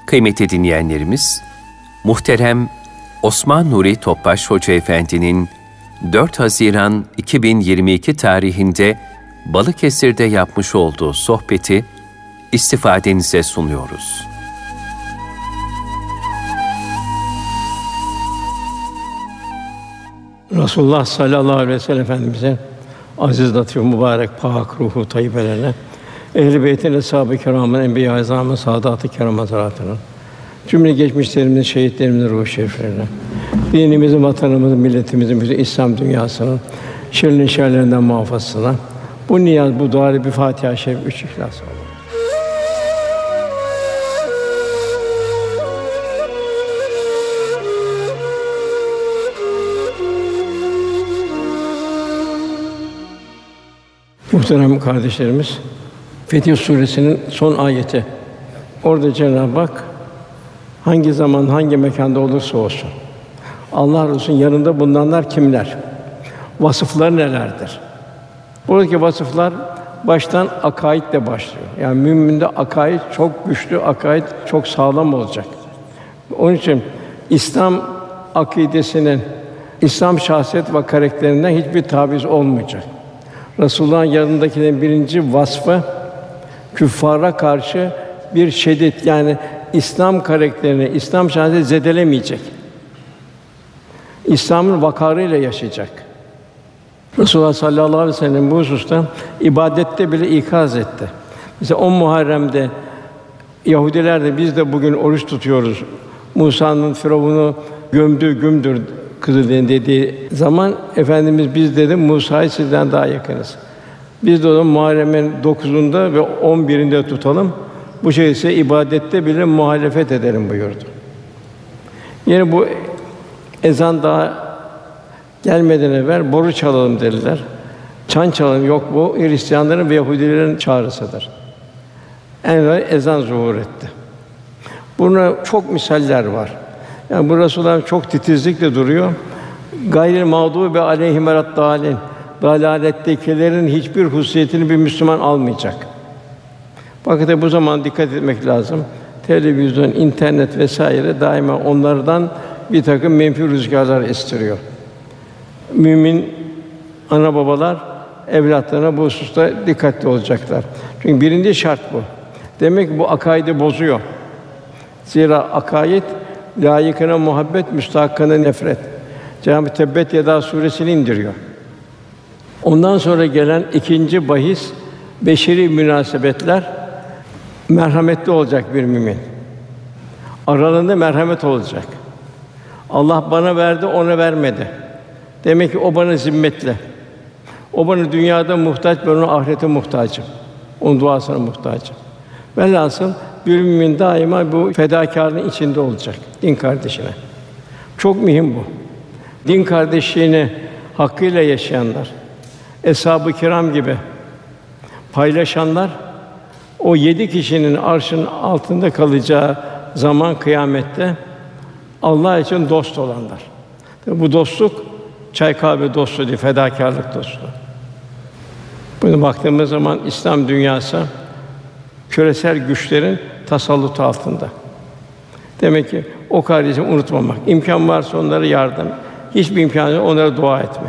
Kıymetli dinleyenlerimiz, muhterem Osman Nuri Topbaş Hoca Efendi'nin 4 Haziran 2022 tarihinde Balıkesir'de yapmış olduğu sohbeti istifadenize sunuyoruz. Resulullah sallallahu aleyhi ve sellem Efendimiz'in aziz, latif, mübarek, pak ruhu tayyibelerine, ehl-i beytin, eshâb-ı kirâmın, enbiya-i azâmın, saadat-ı kerâm hazretlerine, cümle geçmişlerimizin, şehitlerimizin ruh-u şeriflerine, dinimizin, vatanımızın, milletimizin, bütün İslam dünyasının şerlerinden muhafazasına, bu niyaz, bu dua ile bir Fatiha-i Şerif, 3 İhlas olsun. Muhterem kardeşlerimiz, Fetih Sûresinin son ayeti. Orada Cenab-ı Hak hangi zaman, hangi mekanda olursa olsun, Allah Resulü'nün yanında bulunanlar kimler? Vasıfları nelerdir? Buradaki vasıflar baştan akaidle başlıyor. Yani müminde akaid çok güçlü, akaid çok sağlam olacak. Onun için İslam akidesinin, İslam şahsiyet ve karakterinden hiçbir taviz olmayacak. Resulullah'ın yanındakilerin birinci vasfı, küffara karşı bir şiddet, yani İslam karakterini, İslam şahsiyetini zedelemeyecek. İslam'ın vakarıyla yaşayacak. Resulullah sallallahu aleyhi ve sellem bu hususta ibadette bile ikaz etti. Mesela 10 Muharrem'de Yahudiler de biz de bugün oruç tutuyoruz. Musa'nın Firavun'u gömdüğü gündür Kızıldeniz'in dediği zaman Efendimiz biz dedi Musa'yı sizden daha yakınız. Biz de onu Muharrem'in 9'unda ve 11'inde tutalım. Bu şey ise ibadette bile muhalefet edelim buyurdu. Yine bu ezan daha gelmeden evvel boru çalalım dediler. Çan çalalım, yok bu Hristiyanların ve Yahudilerin çağrısıdır. En evvel ezan zuhur etti. Buna çok misaller var. Yani bu Resulullah çok titizlikle duruyor. Gayril mağdûbi aleyhim veleddâlin. Dalalettekilerin hiçbir hususiyetini bir Müslüman almayacak. Fakat bu zaman dikkat etmek lazım. Televizyon, internet vesaire daima onlardan bir takım menfî rüzgârlar estiriyor. Mümin ana babalar evlatlarına bu hususta dikkatli olacaklar. Çünkü birinci şart bu. Demek ki bu akaidi bozuyor. Zira akaid layıkına muhabbet, müstahakkına nefret. Cenab-ı Tebbet Yeda Sûresini indiriyor. Ondan sonra gelen ikinci bahis beşeri münasebetler, merhametli olacak bir mümin. Aralarında merhamet olacak. Allah bana verdi, ona vermedi. Demek ki o bana zimmetli. O bana dünyada muhtaç, ben ona ahirete muhtacım. Onun duasına muhtacım. Velhasıl bir mümin daima bu fedakârlığın içinde olacak din kardeşine. Çok mühim bu. Din kardeşliğini hakkıyla yaşayanlar, eshâb-ı kirâm gibi paylaşanlar, o 7 kişinin arşın altında kalacağı zaman kıyamette Allah için dost olanlar. Bu dostluk çay kahve dostluğu değil, fedakârlık dostluğu. Buna baktığımız zaman İslam dünyası küresel güçlerin tasallutu altında. Demek ki o kardeşimi unutmamak, imkân varsa onlara yardım, hiçbir imkân yok onlara dua etmek.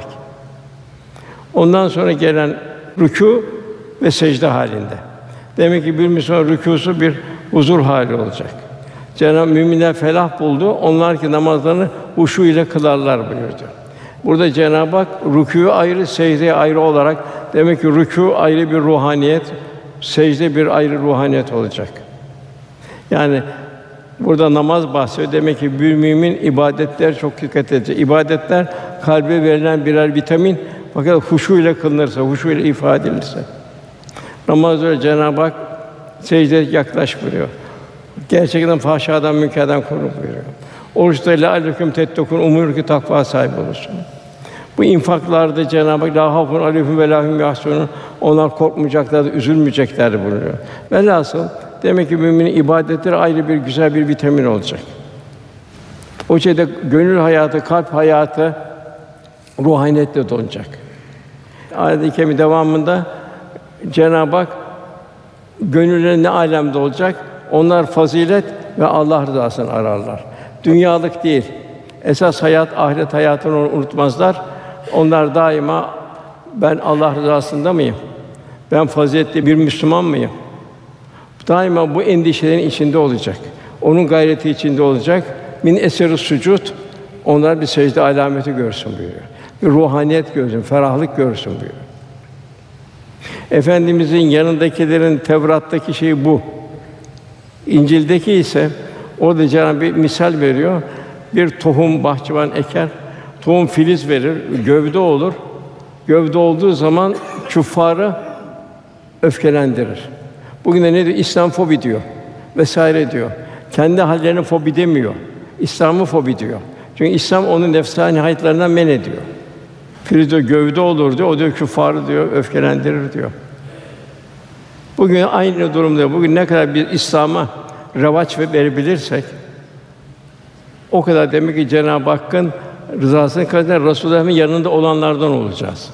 Ondan sonra gelen rükû ve secde halinde. Demek ki bir Müslüman rükûsu bir huzur hali olacak. Cenab-ı müminler felah buldu, onlar ki namazlarını huşu ile kılarlar buyurdu. Burada Cenab-ı Hak rükûyu ayrı, secdeyi ayrı olarak, demek ki rükû ayrı bir ruhaniyet, secde bir ayrı ruhaniyet olacak. Yani burada namaz bahsediyor. Demek ki bir mümin ibadetler çok dikkat edecek. İbadetler kalbe verilen birer vitamin, fakat huşu ile kılınırsa, huşu ile ifade edilirse. Namazda Cenab-ı Hak secdeye yaklaş buyuruyor. Gerçekten fahşadan, münkerden korun buyuruyor. Oruçta leallekum tettekûn, umuyor ki takva sahibi olursun. Bu infaklarda Cenab-ı Hak lâ hafun aleyhim ve lâ hum yahzunûn, onlar korkmayacaklar, üzülmeyecekler buyuruyor. Velhasıl demek ki müminin ibadetleri ayrı bir güzel bir vitamin olacak. O şeyde gönül hayatı, kalp hayatı ruhaniyetle dolacak. Ayet-i kerime devamında Cenab-ı Hak gönülleri ne âlemde olacak? Onlar fazilet ve Allah rızasını ararlar. Dünyalık değil. Esas hayat, ahiret hayatını unutmazlar. Onlar daima ben Allah rızasında mıyım? Ben faziletli bir Müslüman mıyım? Daima bu endişelerin içinde olacak. Onun gayreti içinde olacak. Min eseri sucud, onlar bir secde alameti görsün buyuruyor. Bir ruhaniyet görsün, ferahlık görsün buyuruyor. Efendimizin yanındakilerin Tevrat'taki şey bu. İncil'deki ise o da Cenab-ı bir misal veriyor. Bir tohum bahçıvan eker, tohum filiz verir, gövde olur. Gövde olduğu zaman küffarı öfkelendirir. Bugün de ne diyor? İslamofobi diyor vesaire diyor. Kendi hallerine fobi demiyor. İslam'ı fobi diyor. Çünkü İslam onun nefsani hayatlarından men ediyor. Filiz diyor, gövde olur diyor. O diyor küffarı diyor öfkelendirir diyor. Bugün aynı durumda. Bugün ne kadar bir İslam'a revaç verebilirsek o kadar demek ki Cenab-ı Hakk'ın rızasını kazanır, Resulullah'ın yanında olanlardan olacağız.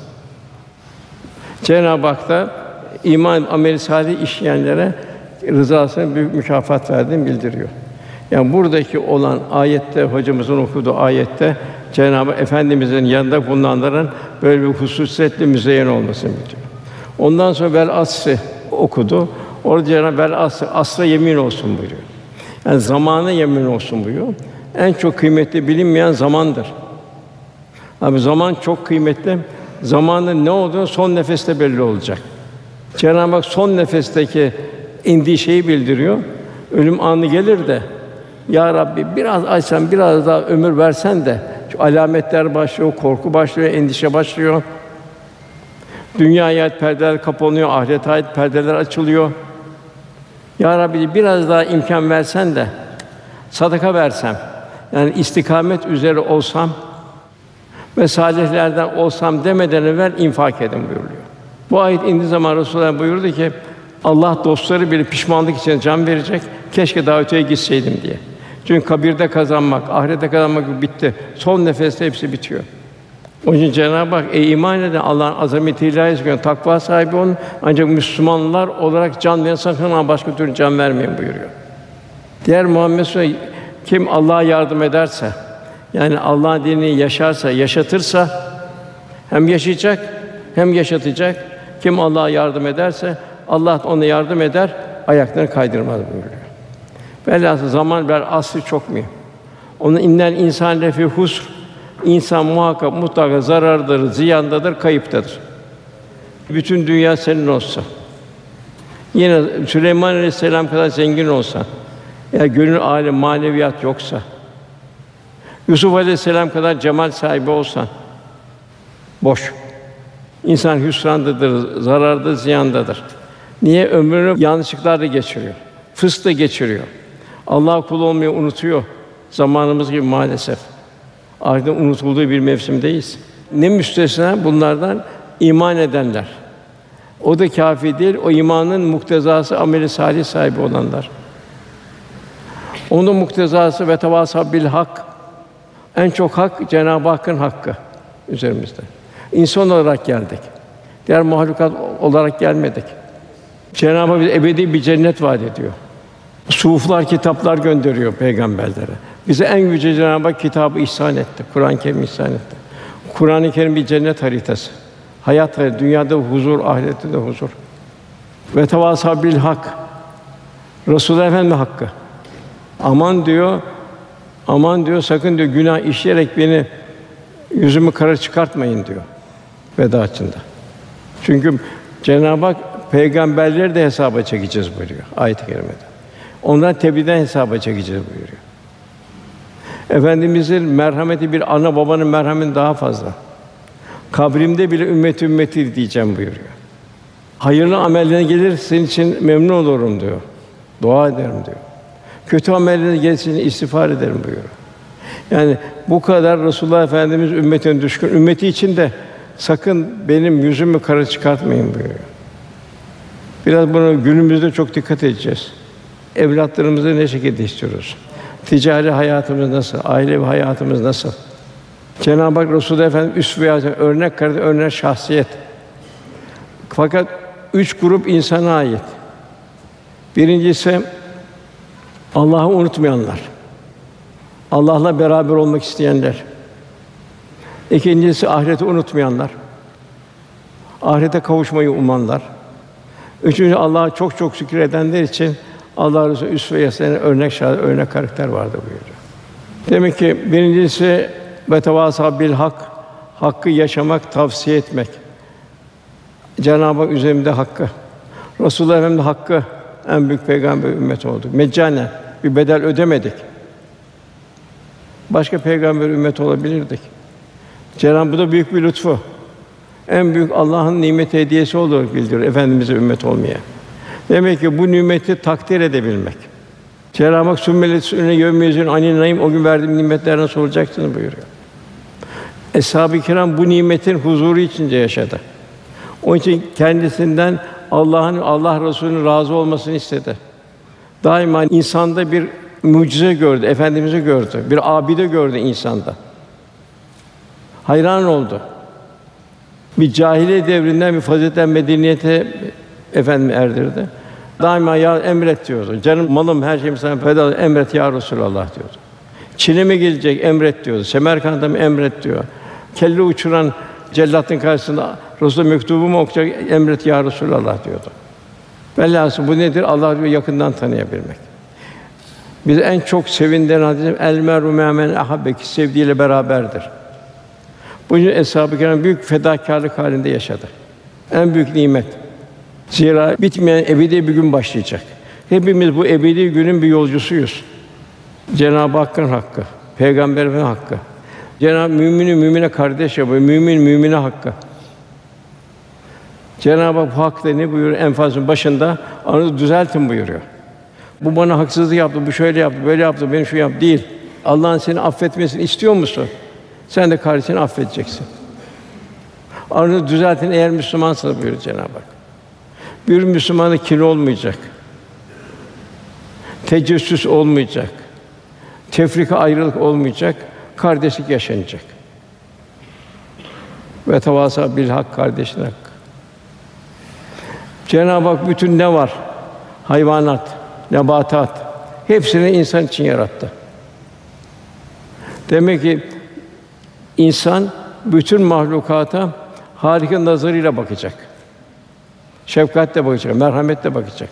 Cenab-ı Hak da iman ameli salih işleyenlere rızasını büyük mükafat verdiğini bildiriyor. Yani buradaki olan ayette, hocamızın okuduğu ayette Cenab-ı Efendimizin yanında bulunanların böyle bir hususiyetle müzeyyen olmasını bildiriyor. Ondan sonra vel asri okudu. Orada Cenab-ı vel asri, asra yemin olsun buyuruyor. Yani zamana yemin olsun buyuruyor. En çok kıymetli bilinmeyen zamandır. Abi zaman çok kıymetli. Zamanın ne olduğunu son nefeste belli olacak. Cenab-ı Hak son nefesteki endişeyi bildiriyor. Ölüm anı gelir de ya Rabbi biraz açsan, biraz daha ömür versen de şu alametler başlıyor, korku başlıyor, endişe başlıyor. Dünyaya ait perdeler kapanıyor, ahirete ait perdeler açılıyor. Ya Rabbi biraz daha imkân versen de sadaka versem, yani istikamet üzere olsam ve salihlerden olsam demeden evvel infak edin buyuruyor. Bu ayet indiği zaman Resulullah buyurdu ki Allah dostları bile pişmanlık için can verecek. Keşke daha öteye gitseydim diye. Çünkü kabirde kazanmak, ahirette kazanmak bitti. Son nefeste hepsi bitiyor. Onun için Cenab-ı Hak iman eden Allah'ın azameti ilahisi takva sahibi olun. Ancak Müslümanlar olarak can veren sakın başka türlü can vermeyin buyuruyor. Diğer Muhammed Suresi kim Allah'a yardım ederse, yani Allah'ın dinini yaşarsa, yaşatırsa hem yaşayacak hem yaşatacak. Kim Allah'a yardım ederse Allah ona yardım eder, ayaklarını kaydırmaz buyuruyor. Velhâsıl zaman ver asrı çok mühim. Onun innel insan lefî husr. İnsan muhakkak mutlaka zarardadır, ziyandadır, kayıptadır. Bütün dünya senin olsa, yine Süleyman Aleyhisselam kadar zengin olsan, eğer gönül âli maneviyat yoksa, Yusuf Aleyhisselam kadar cemal sahibi olsan, boş. İnsan hüsrandadır, zararda, ziyandadır. Niye? Ömrünü yanlışlıklarla geçiriyor, fıskla geçiriyor. Allah kulu olmayı unutuyor. Zamanımız gibi maalesef. Ahiretin unutulduğu bir mevsimdeyiz. Ne müstesna bunlardan iman edenler. O da kâfi değil, o imanın muktezası ameli salih sahibi olanlar. Onun muktezası ve tevâsav bil hak. En çok hak Cenab-ı Hakk'ın hakkı üzerimizde. İnsan olarak geldik. Diğer mahlukat olarak gelmedik. Cenab-ı Hak bize ebedi bir cennet vaat ediyor. Suflar, kitaplar gönderiyor peygamberlere. Bize en yüce Cenab-ı Hak kitabı ihsan etti. Kur'an-ı Kerim ihsan etti. Kur'an-ı Kerim bir cennet haritası. Hayat ve dünyada huzur, ahirette de huzur. Ve tevâsav bil hak. Resulullah Efendimiz hakkı. Aman diyor, sakın diyor günah işleyerek beni yüzümü kara çıkartmayın diyor vedaatçında. Çünkü Cenab-ı Hak peygamberleri de hesaba çekeceğiz buyuruyor ayet-i kerimede. Onları tebliğden hesaba çekeceğiz buyuruyor. Efendimizin merhameti bir ana babanın merhameti daha fazla. Kabrimde bile ümmeti diyeceğim buyuruyor. Hayırlı amellerine gelir senin için memnun olurum diyor. Dua ederim diyor. Kötü amellerine gelirse istiğfar ederim buyuruyor. Yani bu kadar Resulullah Efendimiz ümmetine düşkün. Ümmeti için de sakın benim yüzümü kara çıkartmayın buyuruyor. Biraz buna günümüzde çok dikkat edeceğiz. Evlatlarımızı ne şekilde istiyoruz? Ticari hayatımız nasıl? Ailevi hayatımız nasıl? Cenab-ı Hak Resulullah Efendimiz üsve-i hasene, örnek kardeş, örnek şahsiyet. Fakat 3 grup insana ait. Birincisi Allah'ı unutmayanlar, Allah'la beraber olmak isteyenler. İkincisi ahireti unutmayanlar, ahirete kavuşmayı umanlar. Üçüncü Allah'a çok çok zikredenler için Allah Resulü üsve-i hasene, örnek karakter vardır buyuruyor. Demek ki birincisi ve tevâsâ bil hak, hakkı yaşamak, tavsiye etmek. Cenab-ı Hak üzerimizde hakkı, Resulullah Efendimiz hakkı, en büyük peygamber ümmeti olduk. Meccanen bir bedel ödemedik. Başka peygamber ümmeti olabilirdik. Cenab-ı Hak da büyük bir lütfu. En büyük Allah'ın nimet hediyesi olarak bildiriyor efendimize ümmet olmaya. Demek ki bu nimeti takdir edebilmek. Cenab-ı Hak sümmele yevmiyezün anin naim, o gün verdiğim nimetlerden soracaksınız buyuruyor. Eshab-ı kiram bu nimetin huzuru içinde yaşadı. Onun için kendisinden Allah Resulü'nün razı olmasını istedi. Daima insanda bir mucize gördü, efendimizi gördü. Bir abide gördü insanda. Hayran oldu. Bir cahiliye devrinden bir faziletten medeniyete efendim erdirdi. Daima ya emret diyordu. Canım, malım, her şeyim sana feda, emret ya Resulallah diyordu. Çin'e mi gelecek, emret diyordu. Semerkant'a mı, emret diyor. Kelle uçuran cellatın karşısında Resulullah mektubumu okuyacak, emret ya Resulallah diyordu. Velhâsıl bu nedir? Allah'ı yakından tanıyabilmek. Bizi en çok sevindiren hadis-i el meru me'men ahabbeki, sevdiğiyle beraberdir. Bu yüzden Eshab-ı Kiram büyük fedakârlık halinde yaşadı. En büyük nimet. Zira bitmeyen ebedi bir gün başlayacak. Hepimiz bu ebedi günün bir yolcusuyuz. Cenab-ı Hakk'ın hakkı, Peygamber'in hakkı. Cenab-ı mümini mümine kardeş yapıyor, mümin mümine hakkı. Cenab-ı Hak bu hakta ne buyuruyor? Enfâs'ın başında aranızı düzeltin buyuruyor. Bu bana haksızlık yaptı, bu şöyle yaptı, böyle yaptı, beni şu yaptı değil. Allah'ın seni affetmesini istiyor musun? Sen de kardeşini affedeceksin. Aranızı düzeltin eğer Müslümansanız buyuruyor Cenab-ı Hak. Bir Müslümana kin olmayacak. Tecessüs olmayacak. Tefrika, ayrılık olmayacak. Kardeşlik yaşanacak. Ve tevâsâ bil hak, kardeşin hakkı. Cenab-ı Hak bütün ne var? Hayvanat, nebatat, hepsini insan için yarattı. Demek ki insan bütün mahlukata Hâlik'in nazarıyla bakacak. Şefkatle bakacak, merhametle bakacak.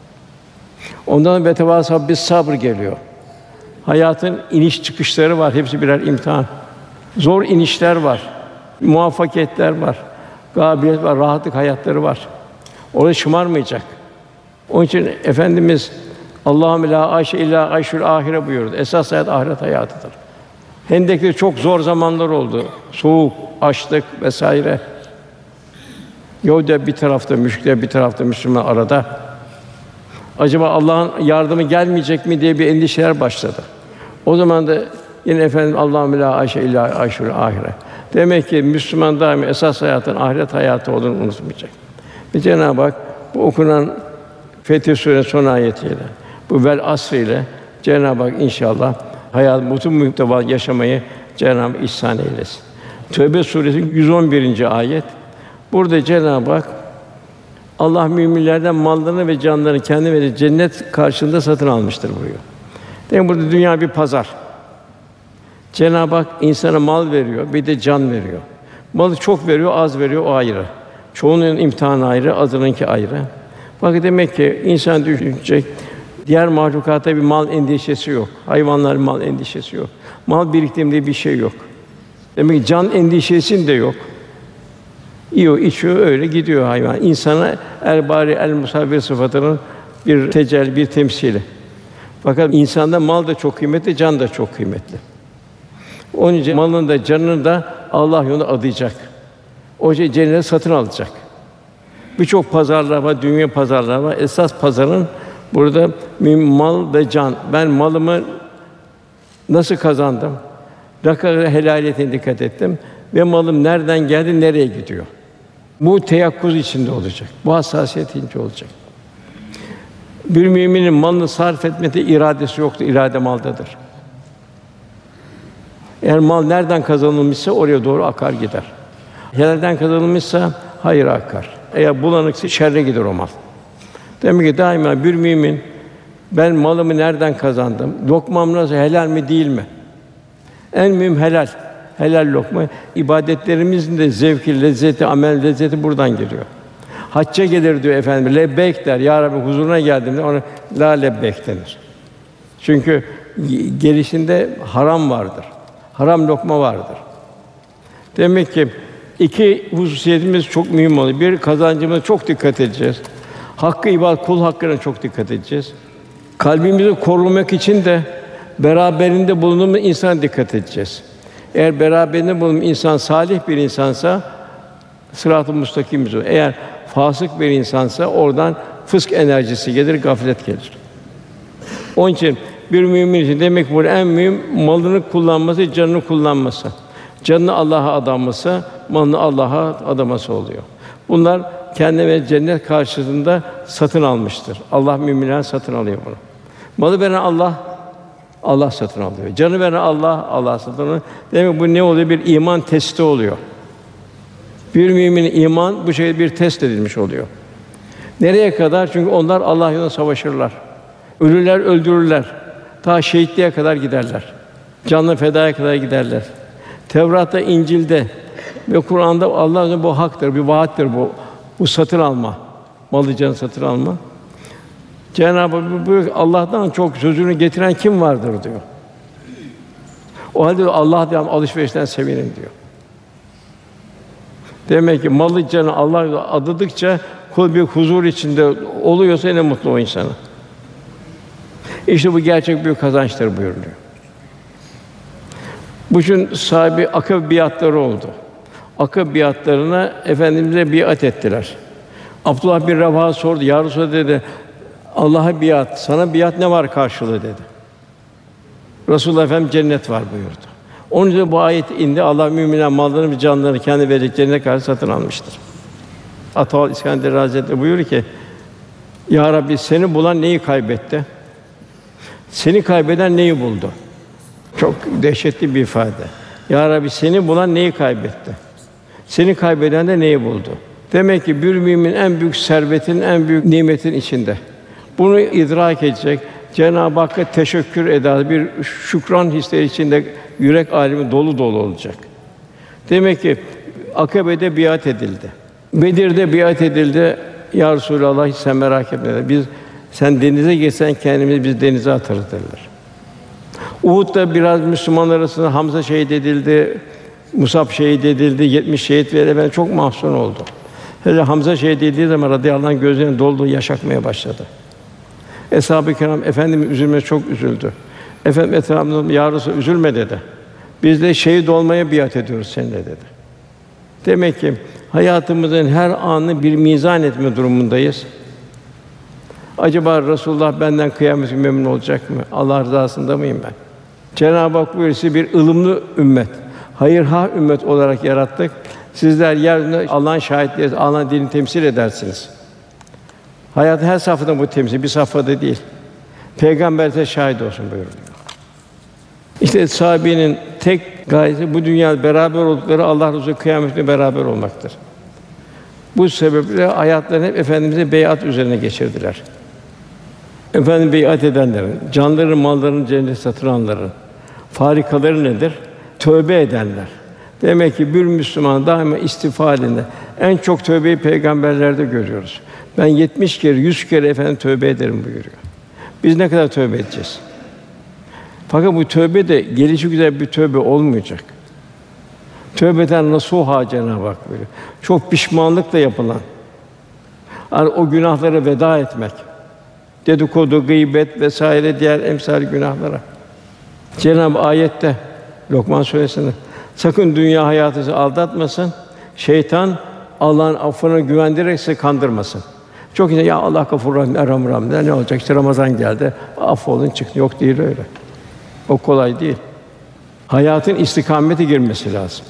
Ondan ve tevâsâ bis sabr geliyor. Hayatın iniş çıkışları var, hepsi birer imtihan. Zor inişler var, muvaffakiyetler var, gâbiyet var, rahatlık hayatları var. Orada şımarmayacak. Onun için Efendimiz Allahümme lâ ayşe illâ ayşul âhire buyurdu. Esas hayat ahiret hayatıdır. Hendek'te çok zor zamanlar oldu. Soğuk, açlık vesaire. Yahudiler bir tarafta, müşrikler bir tarafta, Müslüman arada. Acaba Allah'ın yardımı gelmeyecek mi diye bir endişeler başladı. O zaman da yine Efendimiz Allahümme lâ ayşe illâ ayşul âhire. Demek ki Müslüman daima esas hayatın ahiret hayatı olduğunu unutmayacak. Ve Cenab-ı Hak bu okunan Fetih Sûresi'nin son ayetiyle, bu vel asr ile Cenab-ı Hak inşallah hayat bütün muhteva yaşamayı Cenab-ı Hak ihsân eylesin. Tevbe Sûresi'nin 111. ayet. Burada Cenab-ı Hak Allah müminlerden mallarını ve canlarını kendi ve cennet karşılığında satın almıştır buyuruyor. Demek burada dünya bir pazar. Cenab-ı Hak insana mal veriyor, bir de can veriyor. Malı çok veriyor, az veriyor, o ayrı. Çoğunun imtihanı ayrı, azınınki ayrı. Fakat demek ki insan düşünecek, diğer mahlukata bir mal endişesi yok. Hayvanların mal endişesi yok. Mal biriktirme diye bir şey yok. Demek ki can endişesinin de yok. Yiyor, içiyor, öyle gidiyor hayvan. İnsana el-bâri el-musavvir sıfatının bir tecelli, bir temsili. Fakat insanda mal da çok kıymetli, can da çok kıymetli. Onun için malını da canını da Allah yolunda adayacak. O şey cenneti satın alacak. Birçok pazarlar var, dünya pazarları var. Esas pazarın burada mal ve can. Ben malımı nasıl kazandım? Ne kadar helaliyetine dikkat ettim ve malım nereden geldi, nereye gidiyor? Bu teyakkuz içinde olacak. Bu hassasiyet içinde olacak. Bir müminin malını sarf etmede iradesi yoktur. İrade maldadır. Eğer mal nereden kazanılmışsa oraya doğru akar gider. Helalden kazanılmışsa hayır akar. Eğer bulanıksa şerre gider o mal. Demek ki daima bir mümin Ben malımı nereden kazandım? Lokmam nasıl, helal mi değil mi? En mühim helal. Helal lokma. İbadetlerimizin de zevki, lezzeti, amel lezzeti buradan geliyor. Hacca gelir diyor Efendimiz, lebbeyk der. Ya Rabbi huzuruna geldiğimde ona la lebbeyk denir. Çünkü gelişinde haram vardır. Haram lokma vardır. Demek ki iki hususiyetimiz çok mühim oluyor. Bir, kazancımıza çok dikkat edeceğiz. Hakkı ibadet, kul hakkına çok dikkat edeceğiz. Kalbimizi korumak için de beraberinde bulunduğumuz insana dikkat edeceğiz. Eğer beraberinde bulunduğumuz insan salih bir insansa sırat-ı mustakîm üzere. Eğer fasık bir insansa oradan fısk enerjisi gelir, gaflet gelir. Onun için bir mümin için demek ki bu en mühim malını kullanması, canını kullanması. Canını Allah'a adaması, malını Allah'a adaması oluyor. Bunlar kendine ve cennet karşılığında satın almıştır. Allah müminler satın alıyor bunu. Malı veren Allah, Allah satın alıyor. Canı veren Allah, Allah satın alıyor. Demek bu ne oluyor? Bir iman testi oluyor. Bir müminin iman bu şekilde bir test edilmiş oluyor. Nereye kadar? Çünkü onlar Allah yolunda savaşırlar. Ölürler, öldürürler. Ta şehitliğe kadar giderler. Canını fedaya kadar giderler. Tevrat'ta, İncil'de ve Kur'an'da Allah'ın bu haktır, bir vaattir bu. Bu satın alma, malı canı satın alma. Cenab-ı Hak buyuruyor, Allah'tan çok sözünü getiren kim vardır diyor. O halde Allah diyor, alışverişten sevinin diyor. Demek ki malı canı Allah adadıkça kul bir huzur içinde oluyorsa ne mutlu o insana. İşte bu gerçek büyük kazançtır buyuruluyor. Bugün sahibi akab biatları oldu. Akab biatlarına Efendimiz'e biat ettiler. Abdullah bin Revaha sordu. Ya Resulallah dedi, Allah'a biat, sana biat ne var karşılığı dedi. Resulullah Efendimiz cennet var buyurdu. Onun için bu ayet indi. Allah müminler mallarını ve canlarını kendi verecek cennet karşı satın almıştır. Ataol İskender Hazretleri buyuruyor ki: Ya Rabbi seni bulan neyi kaybetti? Seni kaybeden neyi buldu? Çok dehşetli bir ifade. Ya Rabbi seni bulan neyi kaybetti? Seni kaybeden de neyi buldu? Demek ki bir mümin en büyük servetin, en büyük nimetin içinde. Bunu idrak edecek, Cenab-ı Hakk'a teşekkür eder, bir şükran hisleri içinde yürek alemi dolu dolu olacak. Demek ki Akabe'de biat edildi. Bedir'de biat edildi. Ya Resulallah hiç sen merak etme dedi. Biz sen denize geçsen kendimizi biz denize atarız dediler. Uhud'da biraz Müslümanlar arasında Hamza şehit edildi, Musab şehit edildi, 70 şehit verildi. Ben çok mahzun oldum. Hele Hamza şehit edildiği zaman radıyallahu anh gözlerinin dolduğu yaş akmaya başladı. Eshab-ı Kiram Efendimiz üzülmeye çok üzüldü. Efendim etrafında ya Resulallah üzülme dedi. Biz de şehit olmaya biat ediyoruz seninle dedi. Demek ki hayatımızın her anını bir mizan etme durumundayız. Acaba Resulullah benden kıyamet günü memnun olacak mı? Allah rızasında mıyım ben? Cenab-ı Hak buyuruyor, sizi bir ılımlı ümmet, hayırhâ ümmet olarak yarattık. Sizler yeryüzünde Allah'ın şahitleri, Allah'ın dinini temsil edersiniz. Hayatın her safhada bu temsil, bir safhada değil. Peygamber de şahit olsun buyuruyor. İşte sahabenin tek gayesi bu dünyada beraber oldukları Allah Resulü kıyametinde beraber olmaktır. Bu sebeple hayatlarını hep Efendimiz'e beyat üzerine geçirdiler. Efendim beyat edenlerin, canlarını, mallarını cennet satın alanların farikaları nedir? Tövbe edenler. Demek ki bir Müslüman daima istiğfar halinde. En çok tövbeyi peygamberlerde görüyoruz. Ben 70 kere, 100 kere efendim tövbe ederim buyuruyor. Biz ne kadar tövbe edeceğiz? Fakat bu tövbe de gelişigüzel bir tövbe olmayacak. Tövbeden nasuha Cenab-ı Hak buyuruyor. Çok pişmanlıkla yapılan, yani o günahlara veda etmek, dedikodu, gıybet vesaire diğer emsal günahlara. Cenab-ı ayette Lokman Suresi'nde sakın dünya hayatı sizi aldatmasın. Şeytan Allah'ın affına güvendirerek sizi kandırmasın. Çok insan ya Allah Gafur Rahim, Erham Rahim der, ne olacak? İşte Ramazan geldi. Affolun çıktı. Yok değil öyle. O kolay değil. Hayatın istikamete girmesi lazım.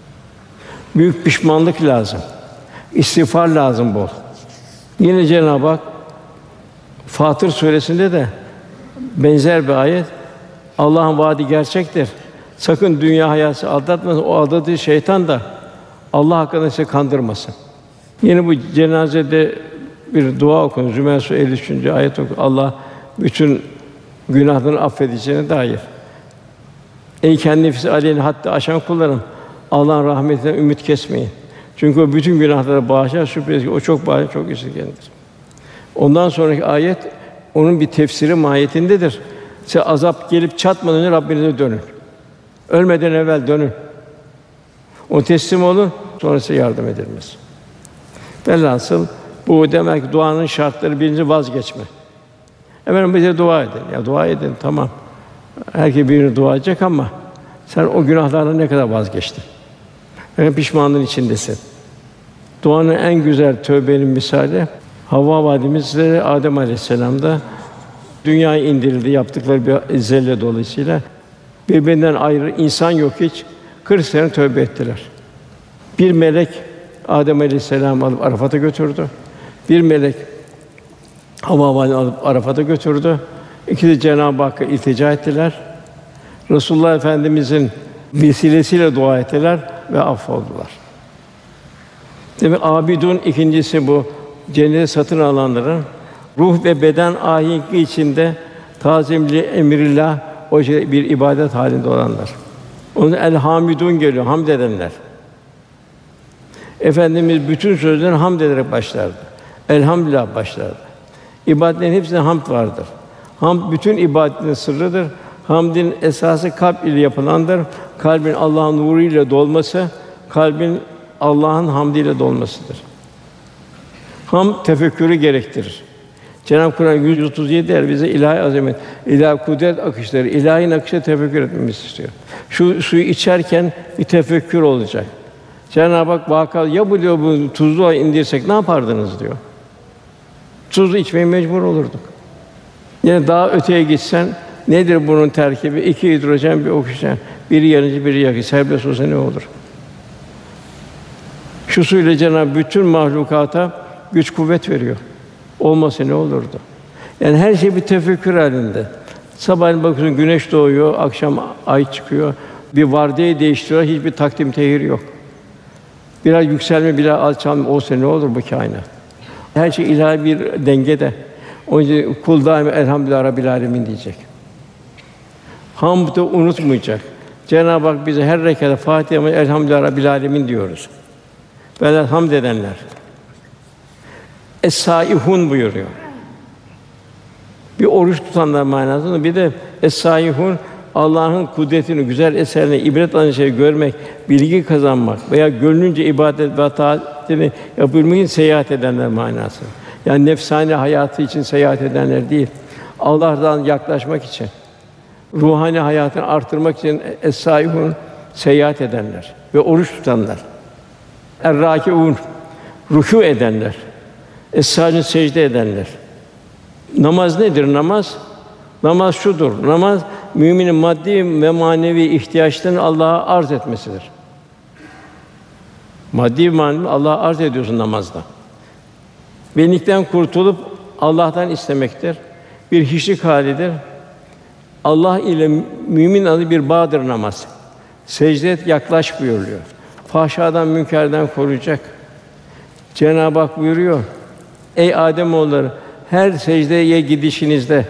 Büyük pişmanlık lazım. İstiğfar lazım bol. Yine Cenab-ı Hak Fatır Suresi'nde de benzer bir ayet. Allah'ın vaadi gerçektir. Sakın dünya hayatı aldatmasın. O aldattığı şeytan da Allah hakkında sizi kandırmasın. Yine bu cenazede bir dua okun. Zümer Suresi 53. ayet okun. Allah bütün günahlarını affedeceğine dair. Ey kendi nefsi aleyhine hatta aşan kullarım, Allah'ın rahmetinden ümit kesmeyin. Çünkü o bütün günahları bağışlar, şüphesiz ki o çok bağışlar, çok esirgendir. Ondan sonraki ayet onun bir tefsiri mahiyetindedir. Size azap gelip çatmadan önce Rabbinize dönün. Ölmeden evvel dönün. O teslim olun, sonra size yardım edilmez. Velhasıl bu demek ki duanın şartları birinci vazgeçme. Efendim bize dua edin. Ya dua edin tamam. Herkes birini dua edecek ama sen o günahlardan ne kadar vazgeçtin? Yani pişmanlığın içindesin. Duanın en güzel tövbenin misali Havva validemizle Adem Aleyhisselam'da dünyaya indirildi yaptıkları bir zelle dolayısıyla birbirinden ayrı insan yok hiç 40 sene tövbe ettiler. Bir melek Adem Aleyhisselam'ı alıp Arafat'a götürdü. Bir melek Havva validemizi alıp Arafat'a götürdü. İkisi Cenab-ı Hakk'a iltica ettiler. Resulullah Efendimizin vesilesiyle dua ettiler ve affoldular. Demek abidun ikincisi bu cenneti satın alanların ruh ve beden ahenkli içinde tazimli emrillah o şey bir ibadet halinde olanlar. Onun el hamidun geliyor, hamd edenler. Efendimiz bütün sözlerini hamd ederek başlardı. Elhamdülillah başlardı. İbadetlerin hepsinde hamd vardır. Hamd bütün ibadetin sırrıdır. Hamdin esası kalp ile yapılandır. Kalbin Allah'ın nuru ile dolması, kalbin Allah'ın hamdiyle dolmasıdır. Hamd tefekkürü gerektirir. Cenab-ı Kur'an 137 bize ilahi azamet, ilahi kudret akışları, ilahi akışa tefekkür etmemizi istiyor. Şu suyu içerken bir tefekkür olacak. Cenab-ı Hak vaka ya bu diyor bu tuzlu hava indirsek ne yapardınız diyor. Tuzlu içmeye mecbur olurduk. Yine daha öteye gitsen nedir bunun terkibi? 2 hidrojen, bir oksijen. Biri yanıcı, biri yakıcı. Serbest olsa ne olur? Şu suyla Cenab-ı bütün mahlukata güç kuvvet veriyor. Olmasa ne olurdu? Yani her şey bir tefekkür halinde. Sabahleyin bakıyorsun güneş doğuyor, akşam ay çıkıyor. Bir vardiya değiştiriyor, hiçbir takdim tehir yok. Biraz yükselme, biraz alçalma olsa ne olur bu kainat? Her şey ilahi bir dengede. Onun için kul daima elhamdülillah rabbil âlemin diyecek. Hamdı unutmayacak. Cenab-ı Hak bize her rekatta Fatiha'da elhamdülillah rabbil âlemin diyoruz. Böyle hamd edenler. Es-sâihûn buyuruyor. Bir oruç tutanlar manasında bir de es-sâihûn Allah'ın kudretini, güzel eserlerini ibret alınan şeyi görmek, bilgi kazanmak veya gönlünce ibadet ve taatini yapabilmek için seyahat edenler manası. Yani nefsani hayatı için seyahat edenler değil, Allah'tan yaklaşmak için, ruhani hayatını artırmak için es-sâihûn seyahat edenler ve oruç tutanlar. Er-râkiûn rükû edenler, es-sâcid secde edenler. Namaz nedir namaz? Namaz şudur. Namaz müminin maddi ve manevi ihtiyaçlarını Allah'a arz etmesidir. Maddi ve manevi Allah'a arz ediyorsun namazda. Benlikten kurtulup Allah'tan istemektir. Bir hiçlik halidir. Allah ile mümin arasında bir bağdır namaz. Secde et, yaklaş buyuruyor. Fahşadan, münkerden koruyacak. Cenab-ı Hak buyuruyor. Ey Âdemoğulları, her secdeye gidişinizde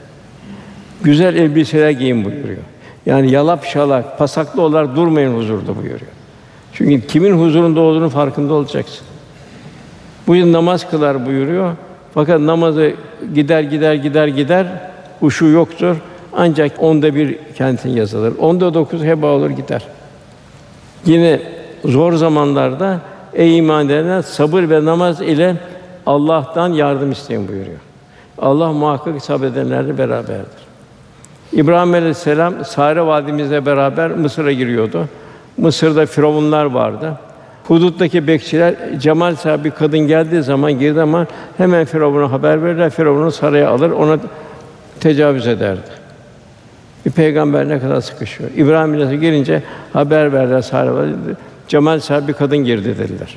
güzel elbiseler giyin buyuruyor. Yani yalap şalak, pasaklı olarak durmayın huzurda buyuruyor. Çünkü kimin huzurunda olduğunu farkında olacaksın. Bu yıl namaz kılar buyuruyor. Fakat namazı gider, huşu yoktur. Ancak 1/10 kendisine yazılır. 9 heba olur gider. Yine zor zamanlarda ey iman edenler sabır ve namaz ile Allah'tan yardım isteyin buyuruyor. Allah muhakkak sabredenlerle beraberdir. İbrahim Aleyhisselam Sare validemizle beraber Mısır'a giriyordu. Mısır'da firavunlar vardı. Huduttaki bekçiler cemal sahibi bir kadın geldiği zaman girdiği zaman hemen Firavun'a haber verirler. Firavun'u saraya alır, ona tecavüz ederdi. Bir peygamber ne kadar sıkışıyor. İbrahim Aleyhisselam gelince haber verdiler Sare validemize. Cemal sahibi bir kadın girdi dediler.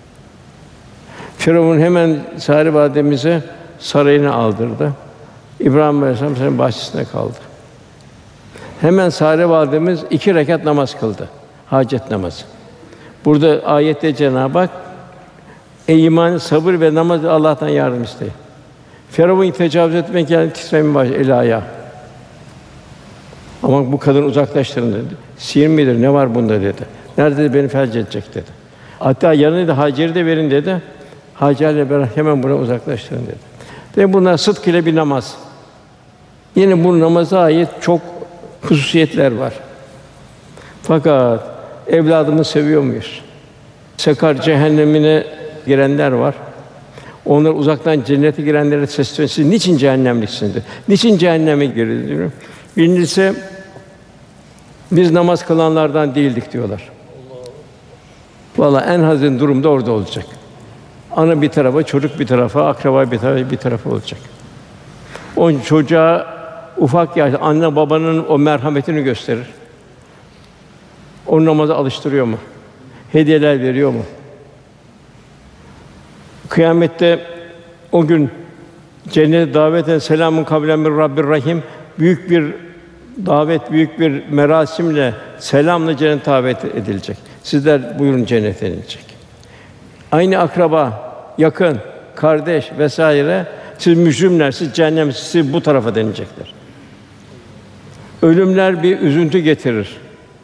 Firavun hemen Sare validemize sarayına aldırdı. İbrahim Aleyhisselam sarayın bahçesinde kaldı. Hemen Sare validemiz 2 rekat namaz kıldı. Hacet namazı. Burada ayette Cenab-ı Hak ey iman, sabır ve namaz Allah'tan yardım isteyin. Firavun tecavüz etmek yani titremeye başladı eli ayağı. Ama bu kadını uzaklaştırın dedi. Sihir midir, ne var bunda dedi. Nerede dedi, beni felç edecek dedi. Hatta yanına da Hacer'i de verin dedi. Hacer'le beraber hemen bunu uzaklaştırın dedi. Ve bunlar sıdk ile bir namaz. Yine bu namaza ait çok hususiyetler var. Fakat evladımızı seviyor muyuz? Sakar cehennemine girenler var. Onlar uzaktan cennete girenlere sesleniyor. Siz niçin cehennemliksiniz? Niçin cehenneme girdiniz diyor. Birincisi biz namaz kılanlardan değildik diyorlar. Vallahi en hazin durumda orada olacak. Ana bir tarafa, çocuk bir tarafa, akraba bir tarafa olacak. O çocuğa ufak yaşta anne babanın o merhametini gösterir. O namaza alıştırıyor mu? Hediyeler veriyor mu? Kıyamette o gün cennete davet eden selamun kavlen min Rabbir Rahim büyük bir davet, büyük bir merasimle, selamla cennete davet edilecek. Sizler buyurun cennete denilecek. Aynı akraba, yakın, kardeş vesaire siz mücrimler, siz cehennem, siz bu tarafa denilecekler. Ölümler bir üzüntü getirir.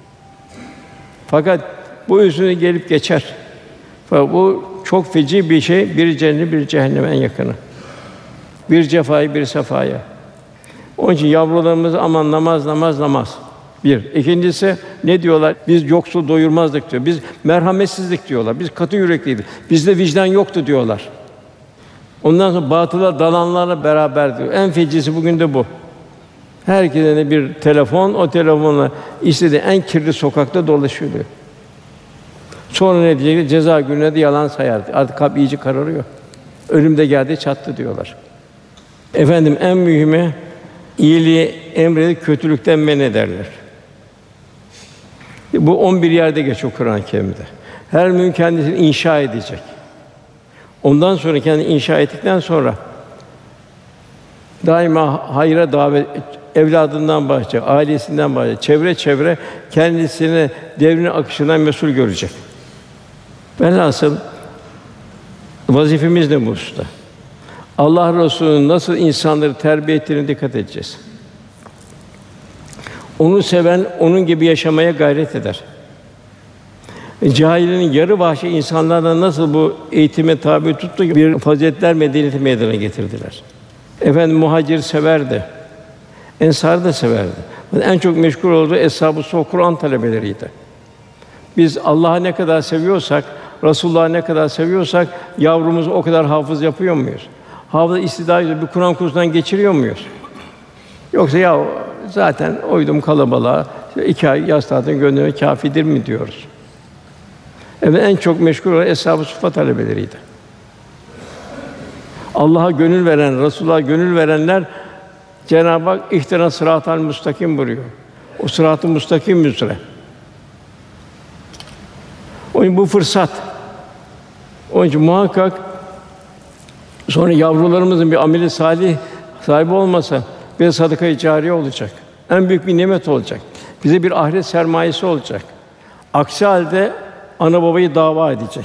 Fakat bu üzüntü gelip geçer. Fakat bu çok feci bir şey. Biri cennete, biri cehenneme en yakını. Bir cefaya, bir sefaya. Onun için yavrularımız aman namaz. Bir. İkincisi ne diyorlar? Biz yoksul doyurmazdık diyor. Biz merhametsizlik diyorlar. Biz katı yürekliydik. Bizde vicdan yoktu diyorlar. Ondan sonra batıla dalanlarla beraber diyor. En fecisi bugün de bu. Herkese bir telefon, o telefonla istediği en kirli sokakta dolaşıyor diyor. Sonra ne diyecek? Ceza gününe de yalan sayar. Artık kalp iyice kararıyor. Ölüm de geldi, çattı diyorlar. Efendim en mühimi iyiliği emredip kötülükten men ederler. Bu 11 yerde geçiyor Kur'an-ı Kerim'de. Her mümin kendisini inşa edecek. Ondan sonra kendini inşa ettikten sonra daima hayra davet, evladından başlayacak, ailesinden başlayacak, çevre kendisini devrin akışından mesul görecek. Velhasıl vazifemiz ne bu hususta? Allah Resulü'nün nasıl insanları terbiye ettiğine dikkat edeceğiz. Onu seven, onun gibi yaşamaya gayret eder. Cahilinin yarı vahşi insanlardan nasıl bu eğitime tabi tuttu ki bir faziletler medeniyeti meydana getirdiler. Efendim muhacir severdi. Ensar da severdi. En çok meşgul olduğu eshab-ı suhuf Kur'an talebeleriydi. Biz Allah'ı ne kadar seviyorsak, Resulullah'ı ne kadar seviyorsak yavrumuzu o kadar hafız yapıyor muyuz? Hafız istidayla bir Kur'an kursundan geçiriyor muyuz? Yoksa ya zaten uydum kalabalığa, 2 ay yaz tatiline göndermek kâfidir mi diyoruz? Evet, en çok meşgul olan eshab-ı suhuf talebeleriydi. Allah'a gönül veren, Resulullah'a gönül verenler Cenab-ı Hak ihtina sıratal müstakim buyuruyor. O sırat-ı müstakim üzere. Onun bu fırsat. Onun için muhakkak sonra yavrularımızın bir ameli salih sahibi olmasa bir sadaka-i câriye olacak. En büyük bir nimet olacak. Bize bir ahiret sermayesi olacak. Aksi halde ana babayı dava edecek.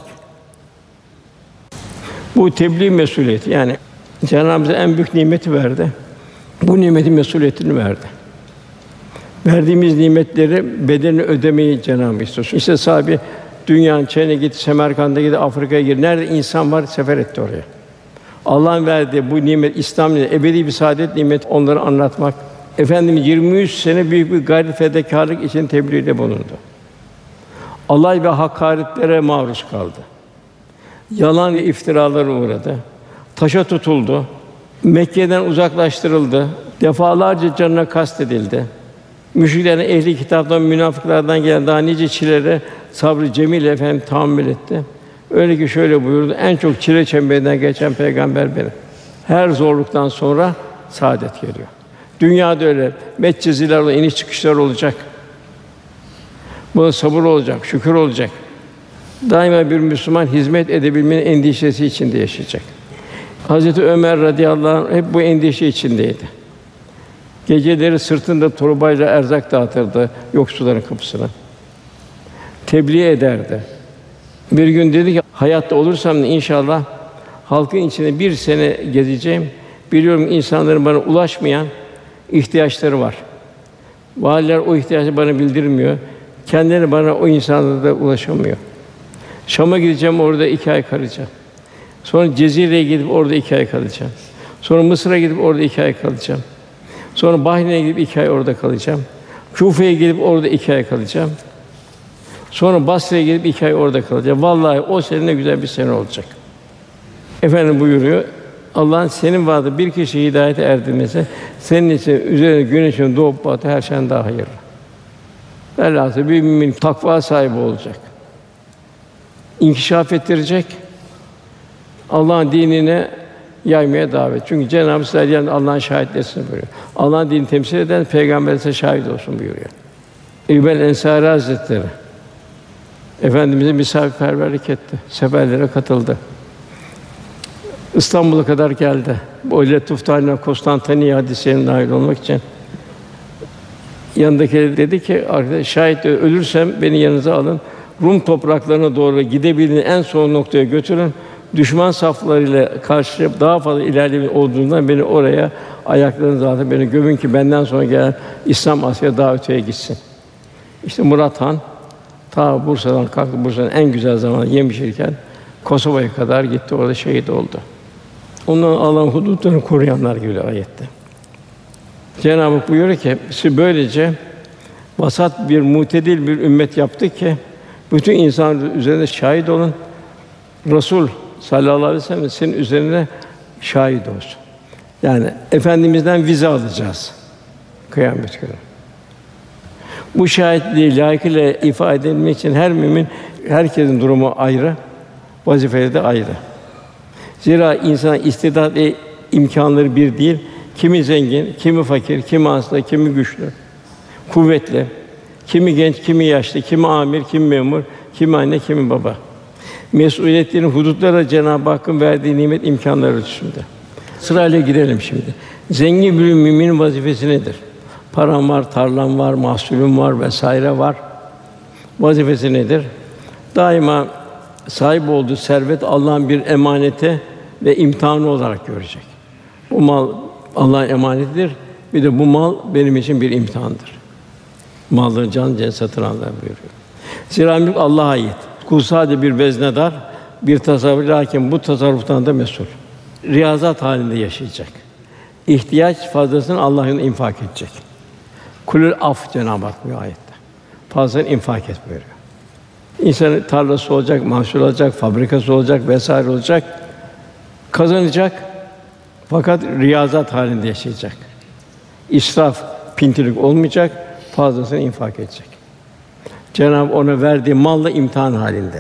Bu tebliğ mesuliyeti yani Cenab-ı Hak bize en büyük nimeti verdi. Bu nimetin mesuliyetini verdi. Verdiğimiz nimetleri bedelini ödemeyi Cenab-ı Hak istiyor. İşte sahabe dünyanın Çin'e gitti, Semerkant'a gitti, Afrika'ya gitti. Nerede insan var sefer etti oraya. Allah'ın verdiği bu nimet, İslam nimeti, ebedi bir saadet nimeti onları anlatmak. Efendimiz 23 sene büyük bir gayret fedakârlık için tebliğde bulundu. alay ve hakaretlere maruz kaldı. Yalan ve iftiralara uğradı. Taşa tutuldu. Mekke'den uzaklaştırıldı. Defalarca canına kastedildi. Müşriklerin ehli kitaptan, münafıklardan gelen daha nice çilelere sabrı cemil efendim tahammül etti. Öyle ki şöyle buyurdu: en çok çile çemberinden geçen peygamber benim. Her zorluktan sonra saadet geliyor. Dünyada öyle metceziler, iniş çıkışlar olacak. Buna sabır olacak, şükür olacak. Daima bir Müslüman hizmet edebilmenin endişesi içinde yaşayacak. Hazreti Ömer radıyallahu anh hep bu endişe içindeydi. Geceleri sırtında torbayla erzak dağıtırdı yoksulların kapısına. Tebliğ ederdi. Bir gün dedi ki, hayatta olursam inşallah halkın içinde bir sene gezeceğim. Biliyorum insanların bana ulaşmayan ihtiyaçları var. Valiler o ihtiyacı bana bildirmiyor. Kendileri bana o insanlara da ulaşamıyor. Şam'a gideceğim, orada 2 ay kalacağım. Sonra Cezire'ye gidip orada 2 ay kalacağım. Sonra Mısır'a gidip orada 2 ay kalacağım. Sonra Bahreyn'e gidip 2 ay orada kalacağım. Küfe'ye gidip orada 2 ay kalacağım. Sonra Basra'ya gidip 2 ay orada kalacağım. Vallahi o sene ne güzel bir sene olacak. Efendim buyuruyor, Allah'ın senin vaadi bir kişiyi hidayete erdirmesi, senin için üzerine güneşin doğup batı her şeyden daha hayırlı. Velhâsıl bir mümin takva sahibi olacak. İnkişaf ettirecek. Allah'ın dinine yaymaya davet. Çünkü Cenab-ı Hak yani Allah'ın şahitlerini buyuruyor. Allah'ın dinini temsil eden peygamber ise şahit olsun buyuruyor. Eyyub el-Ensari Hazretleri Efendimiz'e misafirperverlik etti. Seferlere katıldı. İstanbul'a kadar geldi. Bu Letuf'tan Konstantiniye hadisesine nail olmak için. Yanındakileri dedi ki, arkadaş şayet ölürsem beni yanınıza alın. Rum topraklarına doğru gidebildiğiniz en son noktaya götürün. Düşman saflarıyla karşılaşıp daha fazla ilerleme olduğundan beni oraya ayaklarınızın altına beni gömün ki benden sonra gelen İslam Asya'ya daha öteye gitsin. İşte Murat Han ta Bursa'dan kalktı. Bursa'nın en güzel zamanı Yemişirken Kosova'ya kadar gitti. Orada şehit oldu. Ondan Allah'ın hudutlarını koruyanlar gibi ayette. Cenab-ı Hak buyuruyor ki, siz böylece vasat bir mutedil bir ümmet yaptık ki bütün insanlar üzerinde şahit olun. Resul sallallahu aleyhi ve sellem senin üzerine şahit olsun. Yani Efendimiz'den vize alacağız kıyamet günü. Bu şahitliği layıkıyla ifade edilmek için her mümin, herkesin durumu ayrı, vazifeleri de ayrı. Zira insan istidat ve imkânları bir değil. Kimi zengin, kimi fakir, kimi hasta, kimi güçlü, kuvvetli, kimi genç, kimi yaşlı, kimi amir, kimi memur, kimi anne, kimi baba. Mesuliyetlerin hudutları Cenab-ı Hakk'ın verdiği nimet imkânları ölçüsünde. Sırayla girelim şimdi. Zengin bir müminin vazifesi nedir? Param var, tarlam var, mahsulüm var vesaire var. Vazifesi nedir? Daima sahip olduğu servet Allah'ın bir emaneti ve imtihanı olarak görecek. Bu mal Allah'ın emanetidir. Bir de bu mal benim için bir imtihandır. Malları can satın alanlar buyuruyor. Zira mülk Allah'a ait. Kul sadece bir veznedar, bir tasarruf, lakin bu tasarruftan da mesul. Riyazat halinde yaşayacak. İhtiyaç fazlasını Allah'ın infak edecek. Kulül af Cenab-ı Hak bu ayette. Fazlasını infak et buyuruyor. İnsanın tarlası olacak, mahsul olacak, fabrikası olacak vesaire olacak. Kazanacak fakat riyazat halinde yaşayacak. İsraf, pintilik olmayacak, fazlasını infak edecek. Cenab-ı Hak ona verdiği malla imtihan halinde.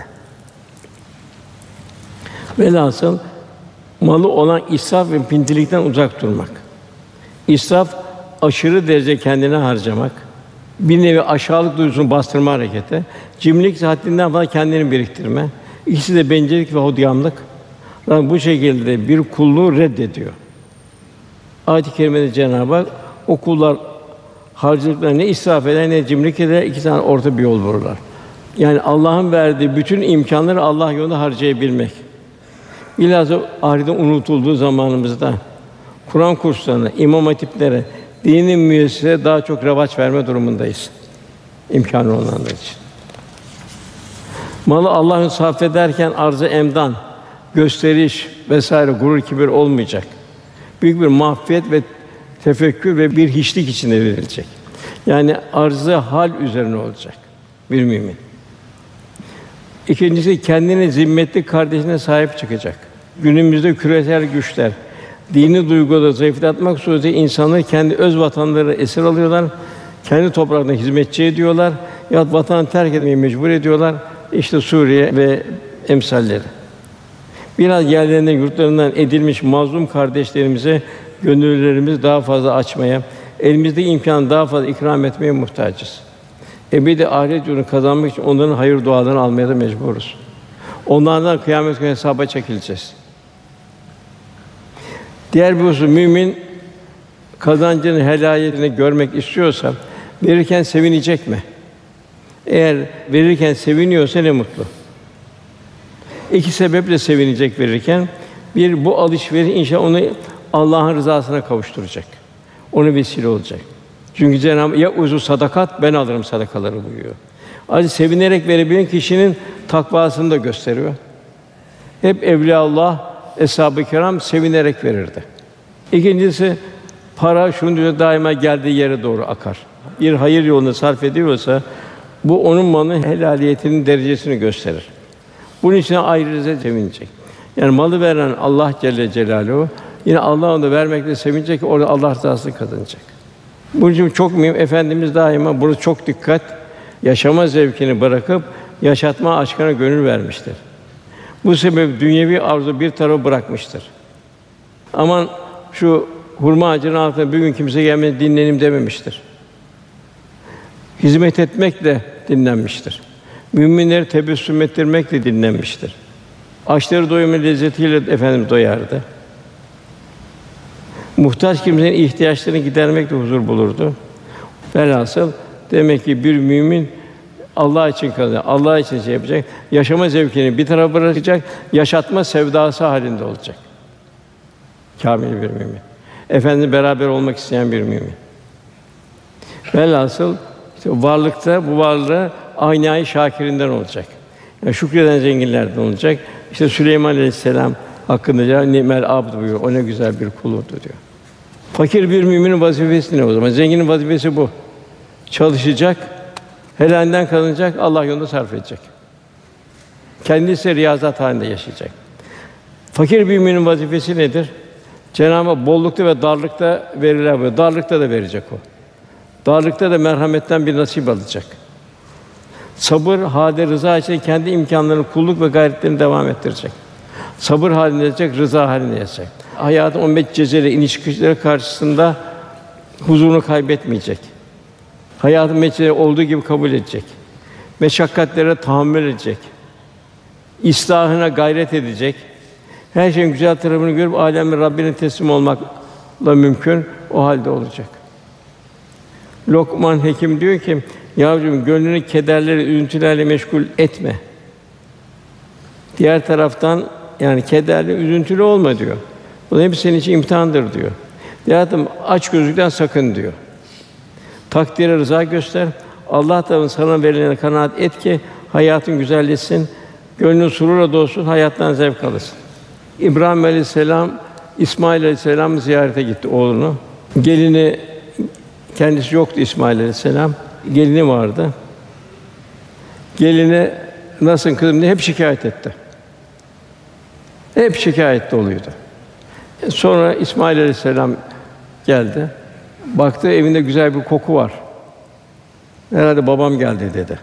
Velhasıl malı olan israf ve pintilikten uzak durmak. İsraf aşırı derece kendine harcamak, bir nevi aşağılık duygusunu bastırma hareketi, cimrilik haddinden fazla kendini biriktirme, ikisi de bencillik ve hodgamlık. Yani bu şekilde bir kulluğu reddediyor. Ayet-i kerimede Cenab-ı Hak o kullar harcadıklarını ne israf eder ne cimrilik eder, iki tane orta bir yol bulurlar. Yani Allah'ın verdiği bütün imkânları Allah yolunda harcayabilmek. Bilhassa ahirette unutulduğu zamanımızda Kur'an kurslarına, imam hatiplere, dini müesseselere daha çok revaç verme durumundayız. İmkânı olanlar için. Malı Allah'ın sarf ederken arz-ı emdan, gösteriş vesaire gurur kibir olmayacak. Büyük bir mahfiyet ve tefekkür ve bir hiçlik içinde verilecek. Yani arz-ı hal üzerine olacak bir mümin. İkincisi kendine zimmetli kardeşine sahip çıkacak. Günümüzde küresel güçler dini duyguları zayıflatmak suretiyle insanları kendi öz vatanları esir alıyorlar. Kendi topraklarına hizmetçi ediyorlar. Ya vatanı terk etmeye mecbur ediyorlar. İşte Suriye ve emsalleri. Biraz yerlerinden, yurtlarından edilmiş mazlum kardeşlerimize gönüllerimizi daha fazla açmaya, elimizdeki imkânı daha fazla ikram etmeye muhtacız. Ebedi ahiret yurdunu kazanmak için onların hayır dualarını almaya da mecburuz. Onlardan kıyamet günü hesaba çekileceğiz. Diğer bir husus, mümin kazancının helaliyetini görmek istiyorsa verirken sevinecek mi? Eğer verirken seviniyorsa ne mutlu. İki sebeple sevinecek verirken. Bir, bu alışveriş inşallah onu Allah'ın rızasına kavuşturacak. Ona vesile olacak. Çünkü Cenab-ı ya uzu sadakat, ben alırım sadakaları buyuruyor. Ayrıca sevinerek verebilen kişinin takvasını da gösteriyor. Hep Evliyaullah, Eshab-ı Kiram sevinerek verirdi. İkincisi, para şunun üzerine daima geldiği yere doğru akar. Bir hayır yoluna sarf ediyorsa, bu onun malının helaliyetinin derecesini gösterir. Bunun için ayrıca sevinecek. Yani malı veren Allah Celle Celaluhu, yine Allah onu vermekle sevinecek ki orada Allah rızasını kazanacak. Bunun için çok mühim. Efendimiz daima burada çok dikkat, yaşama zevkini bırakıp yaşatma aşkına gönül vermiştir. Bu sebeple dünyevi arzu bir tarafa bırakmıştır. Aman şu hurma ağacının altına bir gün kimse gelmedi dinleneyim dememiştir. Hizmet etmekle dinlenmiştir. Müminleri tebessüm ettirmekle dinlenmiştir. Açları doyurma lezzetiyle Efendimiz doyardı. Muhtaç kimsenin ihtiyaçlarını gidermekle huzur bulurdu. Velhasıl demek ki bir mümin Allah için kazanıyor, Allah için şey yapacak, yaşama zevkini bir tarafa bırakacak, yaşatma sevdası halinde olacak. Kâmil bir mümin. Efendimizle beraber olmak isteyen bir mümin. Velhasıl işte varlıkta bu varlığı âynâ-i şâkirinden olacak. Yani şükreden zenginlerden olacak. İşte Süleyman Aleyhisselam hakkında nimel abd buyuruyor. O ne güzel bir kuluydu diyor. Fakir bir müminin vazifesi ne o zaman? Zenginin vazifesi bu. Çalışacak, helalinden kazanacak, Allah yolunda sarf edecek. Kendisi riyazat halinde yaşayacak. Fakir bir müminin vazifesi nedir? Cenab-ı Hak bollukta ve darlıkta veriler bu. Darlıkta da verecek o. Darlıkta da merhametten bir nasip alacak. Sabır, hâde rıza için kendi imkânlarını, kulluk ve gayretlerini devam ettirecek. Sabır halinde yaşayacak, rıza halinde yaşayacak. Hayatın o meccezeli iniş çıkışları karşısında huzurunu kaybetmeyecek. Hayatın meccezeli olduğu gibi kabul edecek. Meşakkatlere tahammül edecek. İslahına gayret edecek. Her şeyin güzel tarafını görüp âlemin Rabbine teslim olmakla mümkün o halde olacak. Lokman Hekim diyor ki, yavrum gönlünü kederleri, üzüntülerle meşgul etme. Diğer taraftan yani kederli, üzüntülü olma diyor. Bu hep senin için imtihandır diyor. Hayatım açgözlükten sakın diyor. Takdire rıza göster. Allah tarafından sana verilene kanaat et ki hayatın güzelleşsin, gönlün sururla dolsun, hayattan zevk alırsın. İbrahim Aleyhisselam, İsmail Aleyhisselam ziyarete gitti oğlunu. Gelini kendisi yoktu İsmail Aleyhisselam. Gelini vardı. Gelini nasılsın kızım diye hep şikâyet etti. Hep şikâyette oluyordu. Sonra İsmail Aleyhisselam geldi. Baktı evinde güzel bir koku var. Herhalde babam geldi dedi.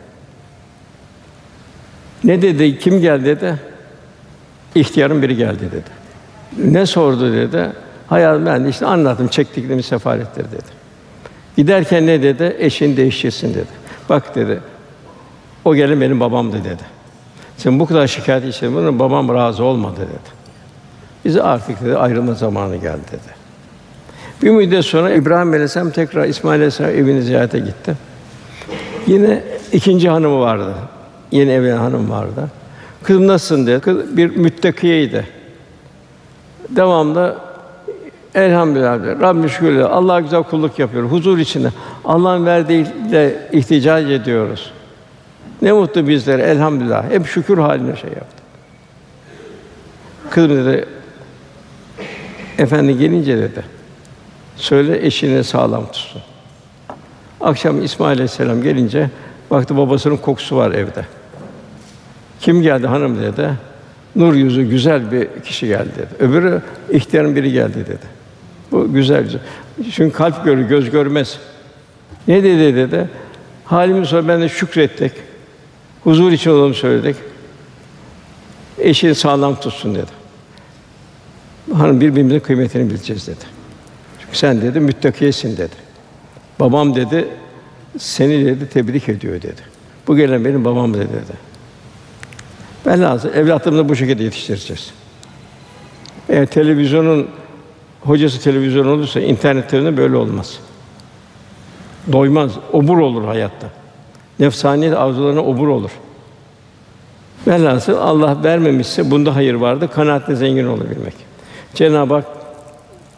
Ne dedi? Kim geldi dedi? İhtiyarın biri geldi dedi. Ne sordu dedi? Hayatım ben de işte anlattım, çektiklerimi sefalettir dedi. Giderken ne dedi? Eşin değişeceksin dedi. Bak dedi, o gelen benim babamdı dedi. Sen bu kadar şikâyet için bunun babam razı olmadı dedi. Bize artık dedi ayrılma zamanı geldi dedi. Bir müddet sonra İbrahim Aleyhisselam tekrar İsmail Aleyhisselam evini ziyarete gitti. Yine ikinci hanımı vardı. Yeni evlenen hanım vardı. Kızım nasılsın dedi. Kız bir müttakiyeydi. Devamlı elhamdülillah diyor. Rabbim şükürler. Allah'a güzel kulluk yapıyor. Huzur içinde. Allah'ın verdiğiyle ihticac ediyoruz. Ne mutlu bizlere elhamdülillah. Hep şükür haline şey yaptı. Kızım dedi, efendi gelince dedi, söyle eşini sağlam tutsun. Akşam İsmail Aleyhisselam gelince baktı babasının kokusu var evde. Kim geldi hanım dedi. Nur yüzü güzel bir kişi geldi dedi. Öbürü ihtiyarın biri geldi dedi. Bu güzel. Çünkü kalp görür, göz görmez. Ne dedi dedi. Halimizi sonra ben de şükrettik. Huzur için olalım söyledik. Eşini sağlam tutsun dedi. Hanım birbirimizin kıymetini bileceğiz dedi. Çünkü sen dedi müttakiyesin dedi. Babam dedi seni dedi tebrik ediyor dedi. Bu gelen benim babam dedi. Velhâsıl evlatlarımızı bu şekilde yetiştireceğiz. Eğer televizyonun hocası televizyon olursa internette böyle olmaz. Doymaz, obur olur hayatta. Nefsani arzularına obur olur. Velhâsıl Allah vermemişse bunda hayır vardır. Kanaatle zengin olabilmek. Cenab-ı Hak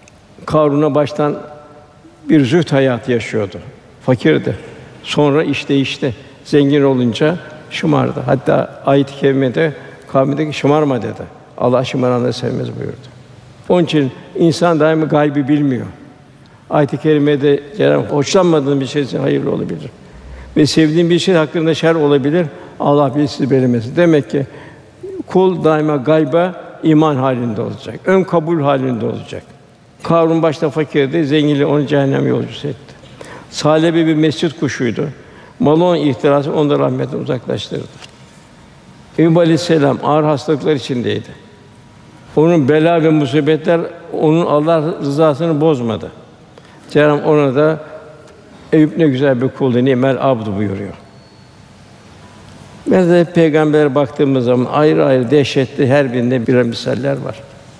Karun'a baştan bir zühd hayatı yaşıyordu. Fakirdi. Sonra iş değişti. Zengin olunca şımardı. Hatta ayet-i kerimede kavmindeki şımarma dedi. Allah şımaranları sevmez buyurdu. Onun için insan daima gaybi bilmiyor. Ayet-i kerimede Cenab-ı Hak hoşlanmadığın bir şey hayırlı olabilir. Ve sevdiğin bir şey hakkında şer olabilir. Allah bilir, sizi bilemez. Demek ki kul daima gayba iman halinde olacak. Ön kabul halinde olacak. Karun başta fakirdi, zenginliği onu cehennem yolcusu etti. Salebi bir mescit kuşuydu. Malı onun ihtirası onu da rahmetten uzaklaştırdı. Eyüp Aleyhisselam ağır hastalıklar içindeydi. Onun bela ve musibetler onun Allah rızasını bozmadı. Cenab-ı Hak ona da Eyüp ne güzel bir kuldu, nimel abdu buyuruyor. Mesela peygamberlere baktığımız zaman ayrı ayrı dehşetli her birinde birer misaller var.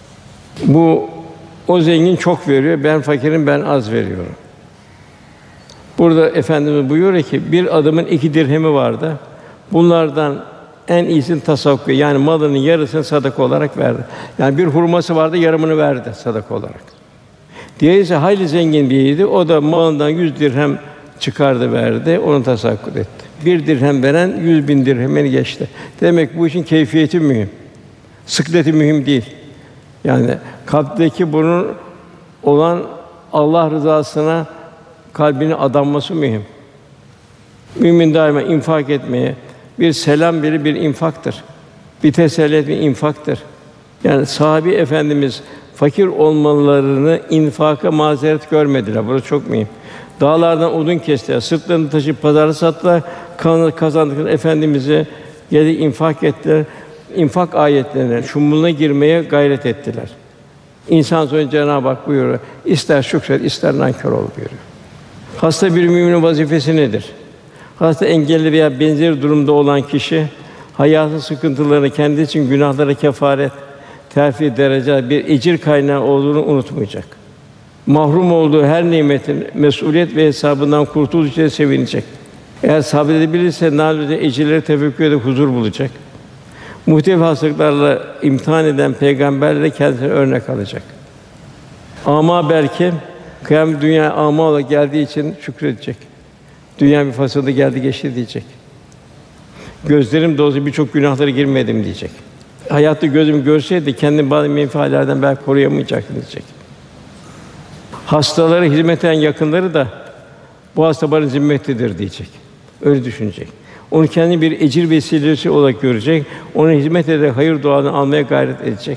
O zengin çok veriyor, ben fakirim, ben az veriyorum. Burada Efendimiz buyuruyor ki bir adamın 2 dirhemi vardı. Bunlardan en iyisini tasadduk, yani malının yarısını sadaka olarak verdi. Yani bir hurması vardı, yarımını verdi sadaka olarak. Diğeri ise hayli zengin biriydi. O da malından 100 dirhem çıkardı verdi, onu tasadduk etti. 1 dirhem veren 100.000 dirhemini geçti. Demek bu işin keyfiyeti mühim. Sıkleti mühim değil. Yani kalpteki bunun olan Allah rızasına kalbini adanması mühim. Mümin daima infak etmeye, bir selam bir infaktır. Bir teselli etme infaktır. Yani sahabi efendimiz fakir olmalarını infaka mazeret görmediler. Burası çok mühim. Dağlardan odun kestiler, sırtlarını taşıyıp pazara sattılar. Kazandıkları Efendimiz'e geldi infak ettiler. İnfak ayetlerine, şumuluna girmeye gayret ettiler. İnsan sonra Cenab-ı Hak buyuruyor, ister şükret, ister nankör ol buyuruyor. Hasta bir müminin vazifesi nedir? Hasta, engelli veya benzeri durumda olan kişi hayatın sıkıntılarını kendi için günahlara kefaret, terfi derece bir ecir kaynağı olduğunu unutmayacak. Mahrum olduğu her nimetin mesuliyet ve hesabından kurtulduğu için sevinecek. Eğer sabredebilirse nâlâ ecirleri tefekkür edip huzur bulacak. Muhtelif hastalıklarla imtihan eden peygamberlere kendisine örnek alacak. Ama belki kıyamet dünya ama olarak geldiği için şükredecek. Dünya bir fasılda geldi geçti diyecek. Gözlerim dolusu birçok günahlara girmedim diyecek. Hayatta gözüm görseydi kendini bazı menfaatlerden belki koruyamayacaktım diyecek. Hastalara hizmet eden yakınları da bu hasta bana zimmetlidir diyecek. Öyle düşünecek. Onu kendi bir ecir vesilesi olarak görecek. Ona hizmet ederek hayır dualarını almaya gayret edecek.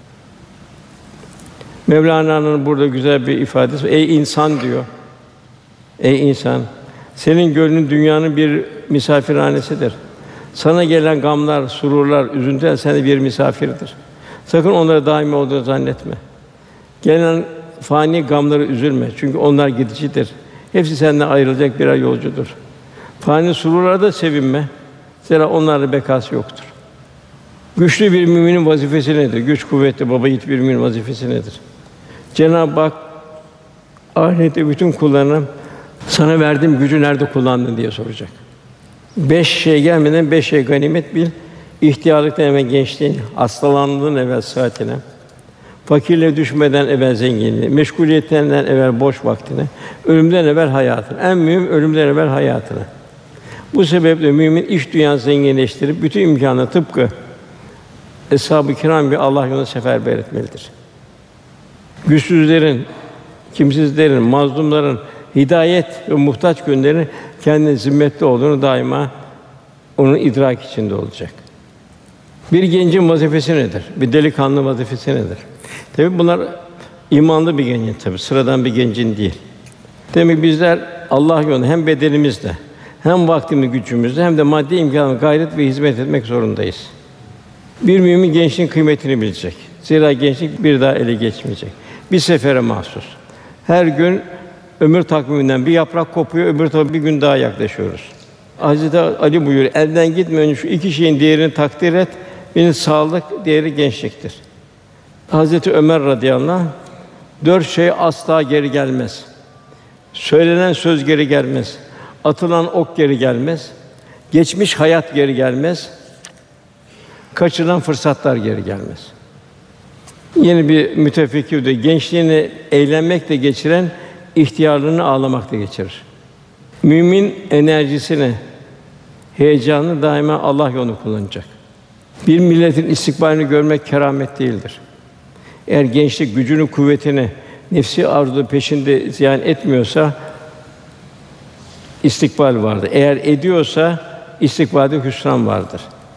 Mevlana'nın burada güzel bir ifadesi var. Ey insan diyor. Ey insan, senin gönlün dünyanın bir misafirhanesidir. Sana gelen gamlar, sururlar, üzüntüler senin bir misafirdir. Sakın onlara daimi olduğunu zannetme. Gelen fani gamları üzülme. Çünkü onlar gidicidir. Hepsi senden ayrılacak birer yolcudur. Fani sururlara da sevinme. Zira onlarla bekası yoktur. Güçlü bir müminin vazifesi nedir? Güç kuvvetli, baba yiğit bir müminin vazifesi nedir? Cenab-ı Hak ahirette bütün kullarına sana verdiğim gücü nerede kullandın diye soracak. 5 şey gelmeden 5 şey ganimet bil. İhtiyarlıktan evvel gençliğin, hastalandığın evvel sıhhatine, fakirliğe düşmeden evvel zenginliğine, meşguliyetten evvel boş vaktine, ölümden evvel hayatına. En mühim ölümden evvel hayatına. Bu sebeple mümin iç dünyasını zenginleştirip bütün imkânı tıpkı Eshab-ı Kiram gibi Allah yolunda seferber etmelidir. Güçsüzlerin, kimsizlerin, mazlumların hidayet ve muhtaç gönderinin kendine zimmetli olduğunu daima onun idrak içinde olacak. Bir gencin vazifesi nedir? Bir delikanlı vazifesi nedir? Tabii bunlar imanlı bir gencin tabii, sıradan bir gencin değil. Demek bizler Allah yolunda hem bedenimizle, hem vaktimiz, gücümüzle, hem de maddi imkânla gayret ve hizmet etmek zorundayız. Bir mümin gençliğin kıymetini bilecek. Zira gençlik bir daha ele geçmeyecek. Bir sefere mahsus. Her gün ömür takviminden bir yaprak kopuyor, öbür tarafa bir gün daha yaklaşıyoruz. Hazreti Ali buyuruyor, elden gitmeyen şu 2 şeyin değerini takdir et. Birinin sağlık, diğeri gençliktir. Hazreti Ömer radıyallahu anh 4 şey asla geri gelmez. Söylenen söz geri gelmez. Atılan ok geri gelmez. Geçmiş hayat geri gelmez. Kaçırılan fırsatlar geri gelmez. Yeni bir mütefekkir diyor, gençliğini eğlenmekle geçiren, ihtiyarlığını ağlamakla geçirir. Mümin enerjisini, heyecanını daima Allah yolunda kullanacak. Bir milletin istikbalini görmek keramet değildir. Eğer gençlik gücünü, kuvvetini nefsi arzu peşinde ziyan etmiyorsa istikbal vardır. Eğer ediyorsa istikbalde hüsran vardır.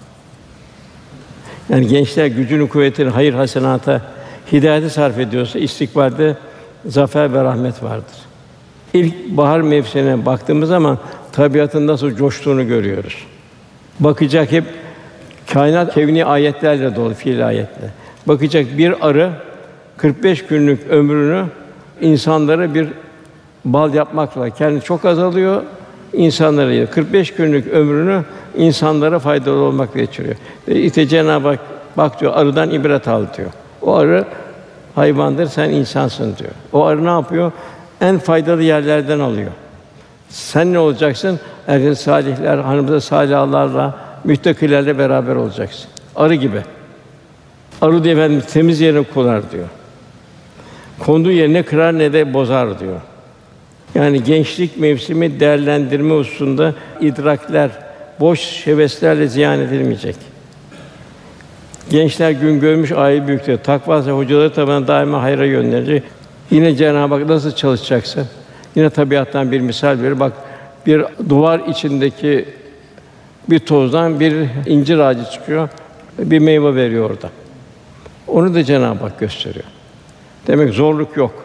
Yani gençler gücünü, kuvvetini hayır hasenata, hidayete sarf ediyorsa istikbalde zafer ve rahmet vardır. İlk bahar mevsimine baktığımız zaman tabiatın nasıl coştuğunu görüyoruz. Bakacak hep kainat kevni ayetlerle dolu, fiil ayetler. Bakacak bir arı 45 günlük ömrünü insanlara bir bal yapmakla kendi çok azalıyor, insanlara yiyor. 45 günlük ömrünü insanlara faydalı olmakla geçiriyor. İşte Cenab-ı Hak bak diyor, arıdan ibret al diyor. O arı hayvandır, sen insansın diyor. O arı ne yapıyor? En faydalı yerlerden alıyor. Sen ne olacaksın? Erkek salihler, hanımda salihlerle, müttakilerle beraber olacaksın. Arı gibi. Arı diye Efendimiz temiz yerine konar diyor. Konduğu yerine kırar ne de bozar diyor. Yani gençlik mevsimi değerlendirme hususunda idrakler, boş heveslerle ziyan edilmeyecek. Gençler gün görmüş ayı büyüktür. Takva ve hocaları tarafından daima hayra yönlenecek. Yine Cenab-ı Hak nasıl çalışacaksa, yine tabiattan bir misal verir. Bak, bir duvar içindeki bir tozdan bir incir ağacı çıkıyor, bir meyve veriyor orada. Onu da Cenab-ı Hak gösteriyor. Demek zorluk yok.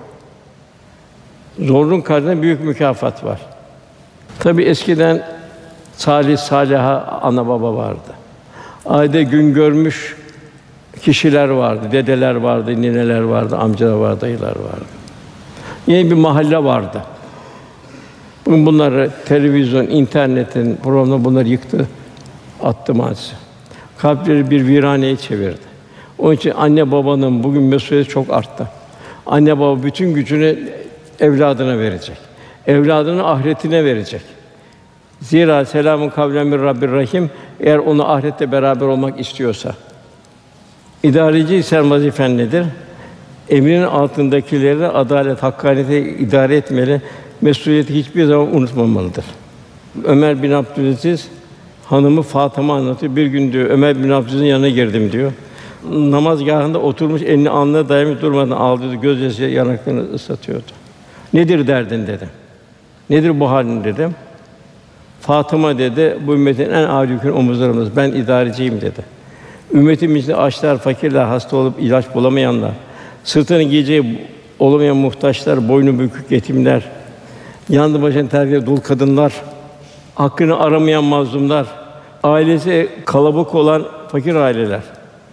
Zorluğun karşısında büyük mükafat var. Tabii eskiden salih, saliha ana baba vardı. Ailede gün görmüş kişiler vardı, dedeler vardı, nineler vardı, amcalar vardı, dayılar vardı. Yeni bir mahalle vardı. Bugün bunları televizyon, internetin programı bunları yıktı, attı maalesef. Kalpleri bir viraneye çevirdi. Onun için anne babanın bugün mesuliyeti çok arttı. Anne baba bütün gücünü evladına verecek. Evladının ahiretine verecek. Zira selamun kavlen min Rabbir Rahim, eğer onu ahirette beraber olmak istiyorsa. İdareci sen vazifen nedir? Emrinin altındakileri adalet, hakkaniyete idare etmeli, mesuliyeti hiçbir zaman unutmamalıdır. Ömer bin Abdülaziz hanımı Fatıma anlatıyor. Bir gün diyor Ömer bin Abdülaziz'in yanına girdim diyor. Namazgâhında oturmuş, elini alnına dayamış durmadan ağlıyordu, gözyaşı yanaklarını ıslatıyordu. Nedir derdin dedim. Nedir bu halin dedim. Fatıma dedi, bu ümmetin en ağır yükünü omuzlarımız. Ben idareciyim dedi. Ümmetimizde açlar, fakirler, hasta olup ilaç bulamayanlar, sırtını giyeceği olamayan muhtaçlar, boynu bükük yetimler, yandı başını terk eden dul kadınlar, hakkını aramayan mazlumlar, ailesi kalabalık olan fakir aileler.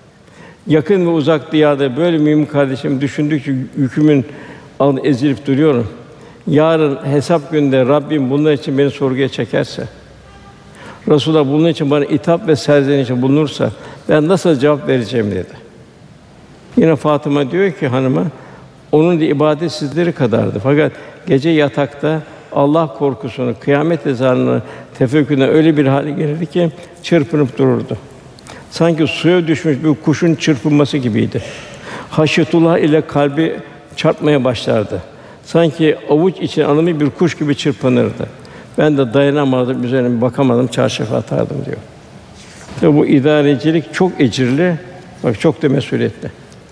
Yakın ve uzak diyarda böyle mümin kardeşim düşündükçe yükümün altında ezilip duruyorum. Yarın hesap gününde Rabbim bunlar için beni sorguya çekerse, Resulullah bunun için bana itap ve serzenişte bulunursa ben nasıl cevap vereceğim dedi. Yine Fatıma diyor ki hanıma, onun da ibadet sizleri kadardı. Fakat gece yatakta Allah korkusunu, kıyamet ezanını tefekkürüne öyle bir hale gelirdi ki çırpınıp dururdu. Sanki suya düşmüş bir kuşun çırpınması gibiydi. Haşyetullah ile kalbi çarpmaya başlardı. Sanki avuç içine alınmış bir kuş gibi çırpınırdı. Ben de dayanamadım, üzerine bakamadım, çarşafa atardım diyor. Ve bu idarecilik çok ecirli, bak çok da mesuliyetli.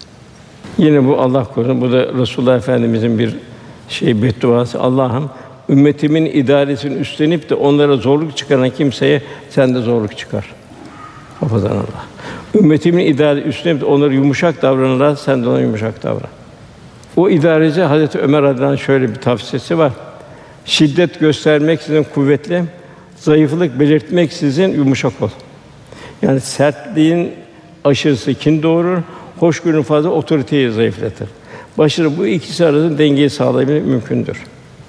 Yine bu Allah korusun, bu da Resulullah Efendimizin bir bedduası. Allah'ım ümmetimin idaresini üstlenip de onlara zorluk çıkaran kimseye sen de zorluk çıkar. Hafızan Allah. Ümmetimin idaresini üstlenip de onlara yumuşak davranırlar, sen de ona yumuşak davran. O idareci Hazreti Ömer adına şöyle bir tavsiyesi var. Şiddet göstermeksizin kuvvetli, zayıflık belirtmeksizin yumuşak ol. Yani sertliğin aşırısı kin doğurur, hoşgörünün fazla otoriteyi zayıflatır. Başarı bu ikisi arasında dengeyi sağlayabilmek mümkündür.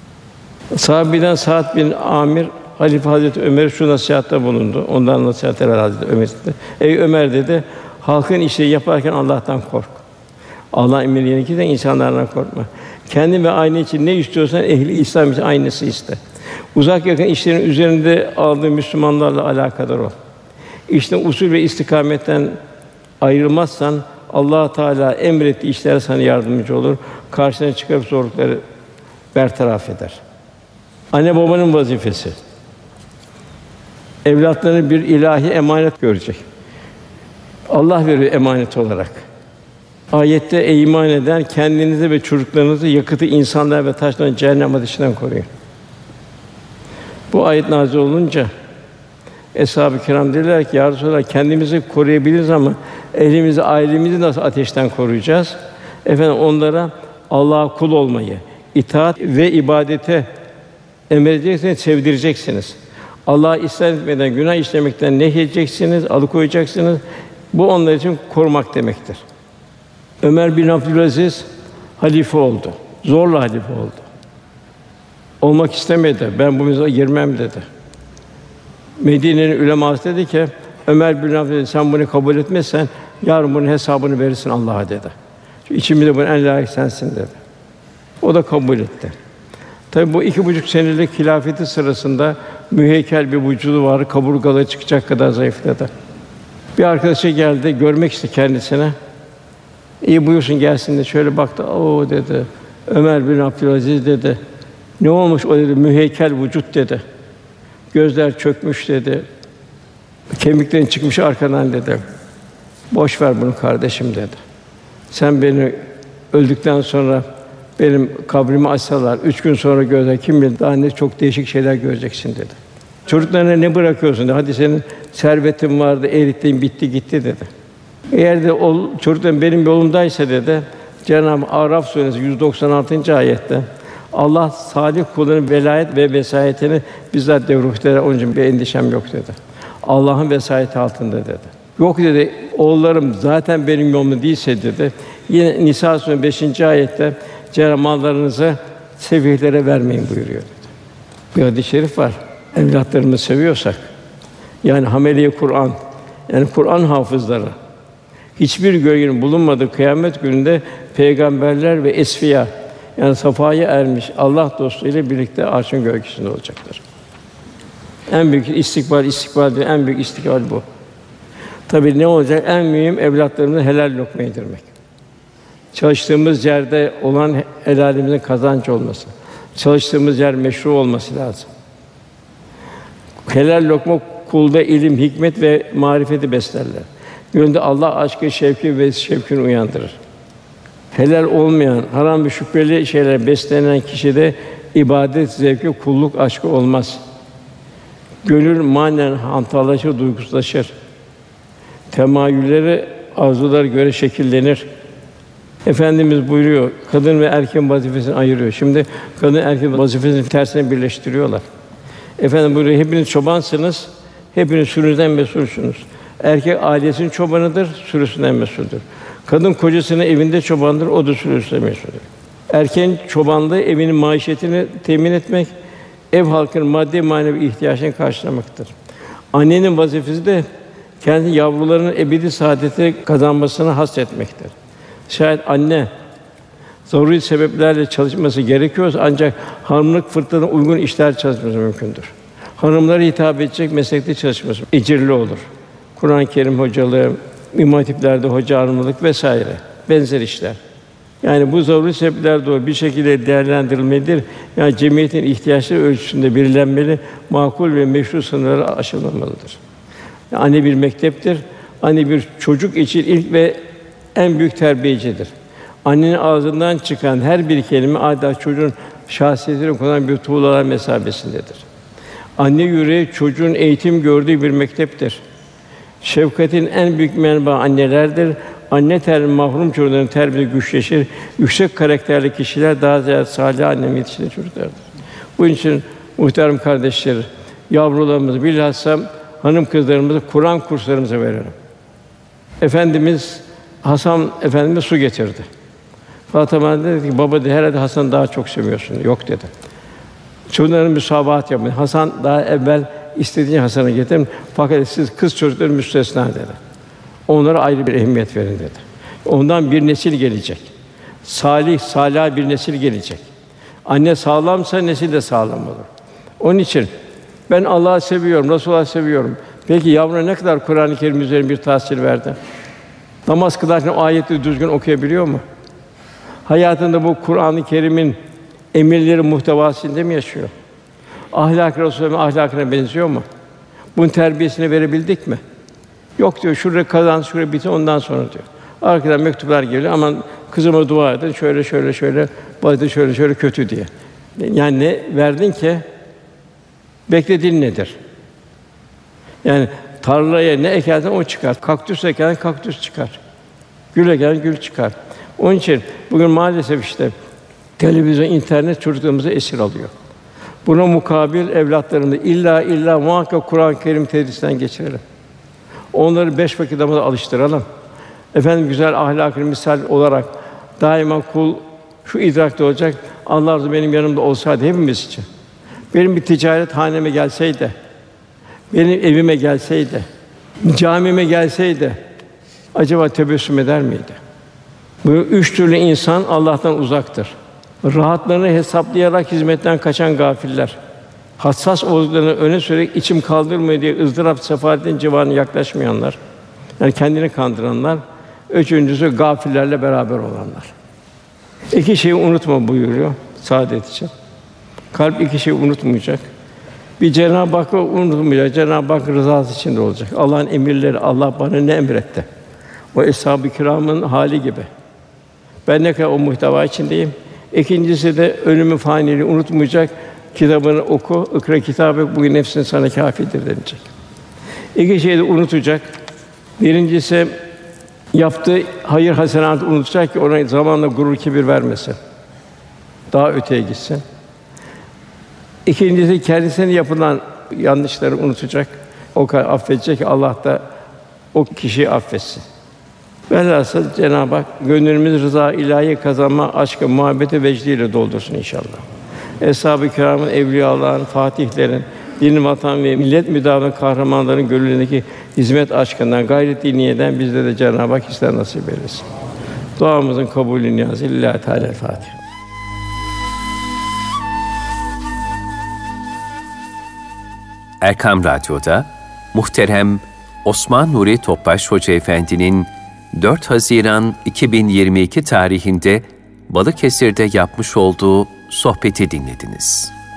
Sahabeden Sa'd bin Amir Halife Hazreti Ömer'e şu nasihatta bulundu. Ondan nasihat eder Hazreti Ömer. Ey Ömer dedi, halkın işleri yaparken Allah'tan kork. Allah'ın emrini yerine getir, insanlardan korkma. Kendin ve aile için ne istiyorsan ehli İslam için aynısı iste. Uzak yakın işlerin üzerinde aldığın Müslümanlarla alakadar ol. İşte usul ve istikametten ayrılmazsan Allah Teala emrettiği işlere sana yardımcı olur. Karşına çıkarıp zorlukları bertaraf eder. Anne babanın vazifesi. Evlatlarını bir ilahi emanet görecek. Allah veriyor emanet olarak. Ayette iman eden kendinizi ve çocuklarınızı yakıtı insanlar ve taşların cehennem ateşinden koruyun. Bu ayet nazil olunca Eshab-ı Kiram dediler ki ya Resulallah kendimizi koruyabiliriz ama ehlimizi, ailemizi nasıl ateşten koruyacağız? Efendim onlara Allah'a kul olmayı, itaat ve ibadete emredeceksiniz, sevdireceksiniz. Allah'ı isyan etmeden, günah işlemekten nehyedeceksiniz, alıkoyacaksınız. Bu onlar için korumak demektir. Ömer bin Abdülaziz halife oldu. Zorla halife oldu. Olmak istemedi. Ben bu mezara girmem dedi. Medine'nin uleması dedi ki Ömer bin Abdülaziz sen bunu kabul etmezsen yarın bunun hesabını verirsin Allah'a dedi. Çünkü içimizde bunun en layık sensin dedi. O da kabul etti. Tabii bu 2,5 senelik hilafeti sırasında müheykel bir vücudu var, kaburgaları çıkacak kadar zayıfladı. Bir arkadaşı geldi, görmek istedi kendisine. İyi buyursun gelsin de şöyle baktı. O dedi. Ömer bin Abdülaziz dedi. Ne olmuş o dedi müheykel vücut dedi. Gözler çökmüş dedi. Kemiklerin çıkmış arkadan dedi. Boş ver bunu kardeşim dedi. Sen beni öldükten sonra benim kabrimi açsalar 3 gün sonra gözler kim bilir daha ne çok değişik şeyler göreceksin dedi. Çocuklarına ne bırakıyorsun dedi. Hadi senin servetin vardı, erittiğin bitti gitti dedi. Eğer de çocukların benim yolumdaysa dedi. Cenab-ı Araf suresi 196. ayette Allah salih kulların velayet ve vesayetini bizzat devruhter onun için bir endişem yok dedi. Allah'ın vesayeti altında dedi. Yok dedi. Oğullarım zaten benim yolumda değilse dedi. Yine Nisa suresi 5. ayette Cenab-ı mallarınızı sefihlere vermeyin buyuruyor dedi. Bir hadis-i şerif var. Evlatlarımızı seviyorsak yani hamele-i Kur'an yani Kur'an hafızları hiçbir gölgenin bulunmadığı kıyamet gününde peygamberler ve esfiya yani safaya ermiş Allah dostu ile birlikte arşın gölgesinde olacaktır. En büyük istikbal değil, en büyük istikbal bu. Tabii ne olacak? En mühim evlatlarımıza helal lokma yedirmek. Çalıştığımız yerde olan helalimizin kazancı olması. Çalıştığımız yer meşru olması lazım. Helal lokma kulda ilim, hikmet ve marifeti beslerler. Gönlünde Allah aşkı, şevki ve şevkini uyandırır. Helal olmayan, haram ve şüpheli şeyler beslenen kişide ibadet zevki, kulluk aşkı olmaz. Gönül manen hantallaşır, duygusuzlaşır. Temayülleri arzulara göre şekillenir. Efendimiz buyuruyor, kadın ve erkeğin vazifesini ayırıyor. Şimdi kadın erkek vazifesini tersine birleştiriyorlar. Efendim buyuruyor, hepiniz çobansınız, hepiniz sürünüzden mesulsünüz. Erkek ailesinin çobanıdır, sürüsünden mesuldür. Kadın kocasının evinde çobandır, o da sürüsünden mesuldür. Erkeğin çobanlığı evinin maişetini temin etmek, ev halkının maddi manevi ihtiyaçlarını karşılamaktır. Annenin vazifesi de kendi yavrularının ebedi saadeti kazanmasını hasretmektir. Şayet anne zaruri sebeplerle çalışması gerekiyorsa ancak hanımlık fırtına uygun işler çalışması mümkündür. Hanımlara hitap edecek meslekte çalışması ecirli olur. Kur'an-ı Kerim hocalığı, İmam Hatiplerde hoca hanımlık vesaire benzer işler. Yani bu zaruri sebepler doğru bir şekilde değerlendirilmelidir. Yani cemiyetin ihtiyaçları ölçüsünde belirlenmeli, makul ve meşru sınırları aşılmamalıdır. Yani anne bir mekteptir. Anne bir çocuk için ilk ve en büyük terbiyecidir. Annenin ağzından çıkan her bir kelime adeta çocuğun şahsiyetini konan bir tuğlalar mesabesindedir. Anne yüreği çocuğun eğitim gördüğü bir mekteptir. Şefkatin en büyük menbaı annelerdir. Anne terbiye mahrum çocukların terbiyesi güçleşir. Yüksek karakterli kişiler daha ziyade salih anne yetiştiren çocuklardır. Bunun için muhterem kardeşler, yavrularımızı bilhassa hanım kızlarımızı Kur'an kurslarımıza verelim. Efendimiz Hasan Efendimiz su getirdi. Fatıma dedi ki baba dedi herhalde Hasan daha çok seviyorsun. Yok dedi. Çocukların müsabahat yapın. Hasan daha evvel istediğin Hasan'ı getirin. Fakat siz kız çocukları müstesna dedi. Onlara ayrı bir ehemmiyet verin dedi. Ondan bir nesil gelecek. Salih bir nesil gelecek. Anne sağlamsa nesil de sağlam olur. Onun için ben Allah'ı seviyorum, Resulullah'ı seviyorum. Peki yavruna ne kadar Kur'an-ı Kerim üzerine bir tahsil verdi? Namaz kılarken o ayeti düzgün okuyabiliyor mu? Hayatında bu Kur'an-ı Kerim'in emirleri muhtevasında mı yaşıyor? Ahlak-ı Resûlü'nün ahlakına benziyor mu? Bunun terbiyesini verebildik mi? Yok diyor, şurada kazan, şurada bitir, ondan sonra diyor. Arkadan mektuplar geliyor, aman kızıma dua edin, şöyle, bazı şöyle kötü diye. Yani ne verdin ki? Beklediğin nedir? Yani tarlaya ne ekersen o çıkar. Kaktüs ekersen kaktüs çıkar. Gül ekersen gül çıkar. Onun için bugün maalesef işte televizyon, internet çocuklarımızı esir alıyor. Buna mukabil evlatlarımızı illa muhakkak Kur'an-ı Kerim tedrisinden geçirelim. Onları 5 vakit namaza alıştıralım. Efendim güzel ahlakı misal olarak daima kul şu idrakte olacak. Allah razı benim yanımda olsaydı hepimiz için. Benim bir ticaret haneme gelseydi, benim evime gelseydi, camime gelseydi acaba tebessüm eder miydi? Bu üç türlü insan Allah'tan uzaktır. Rahatlarını hesaplayarak hizmetten kaçan gafiller, hassas olduklarını öne sürerek içim kaldırmıyor diye ızdırap sefaletin civarına yaklaşmayanlar, yani kendini kandıranlar, üçüncüsü gafillerle beraber olanlar. İki şeyi unutma buyuruyor saadet için. Kalp iki şeyi unutmayacak. Bir Cenab-ı Hakk'ı unutmayacak. Cenab-ı Hak rızası içinde olacak. Allah'ın emirleri, Allah bana ne emretti? O eshab-ı kirâmın hali gibi. Ben ne kadar o muhteva içindeyim. İkincisi de ölümü faniliği unutmayacak. Kitabını oku, ikra kitabı bugün nefsin sana kâfidir denilecek. İki şeyi de unutacak. Birincisi yaptığı hayır hasenatı unutacak ki ona zamanla gurur kibir vermesin. Daha öteye gitsin. İkincisi kendisine yapılan yanlışları unutacak. O kadar affedecek ki Allah da o kişiyi affetsin. Velhâsıl Cenab-ı Hak gönlümüzü rıza ilahi kazanma, aşkı, muhabbeti, vecdiyle doldursun inşallah. Eshab-ı kirâmın, evliyâların, fâtihlerin, din, vatan ve millet müdavimi kahramanların gönlündeki hizmet aşkından, gayret-i niyeden bizlere de Cenab-ı Hak hisler nasip eylesin. Duamızın kabulü niyazı Lillahi Teâlâ-l-Fâtiha. Erkam Radyo'da muhterem Osman Nuri Topbaş Hoca Efendi'nin 4 Haziran 2022 tarihinde Balıkesir'de yapmış olduğu sohbeti dinlediniz.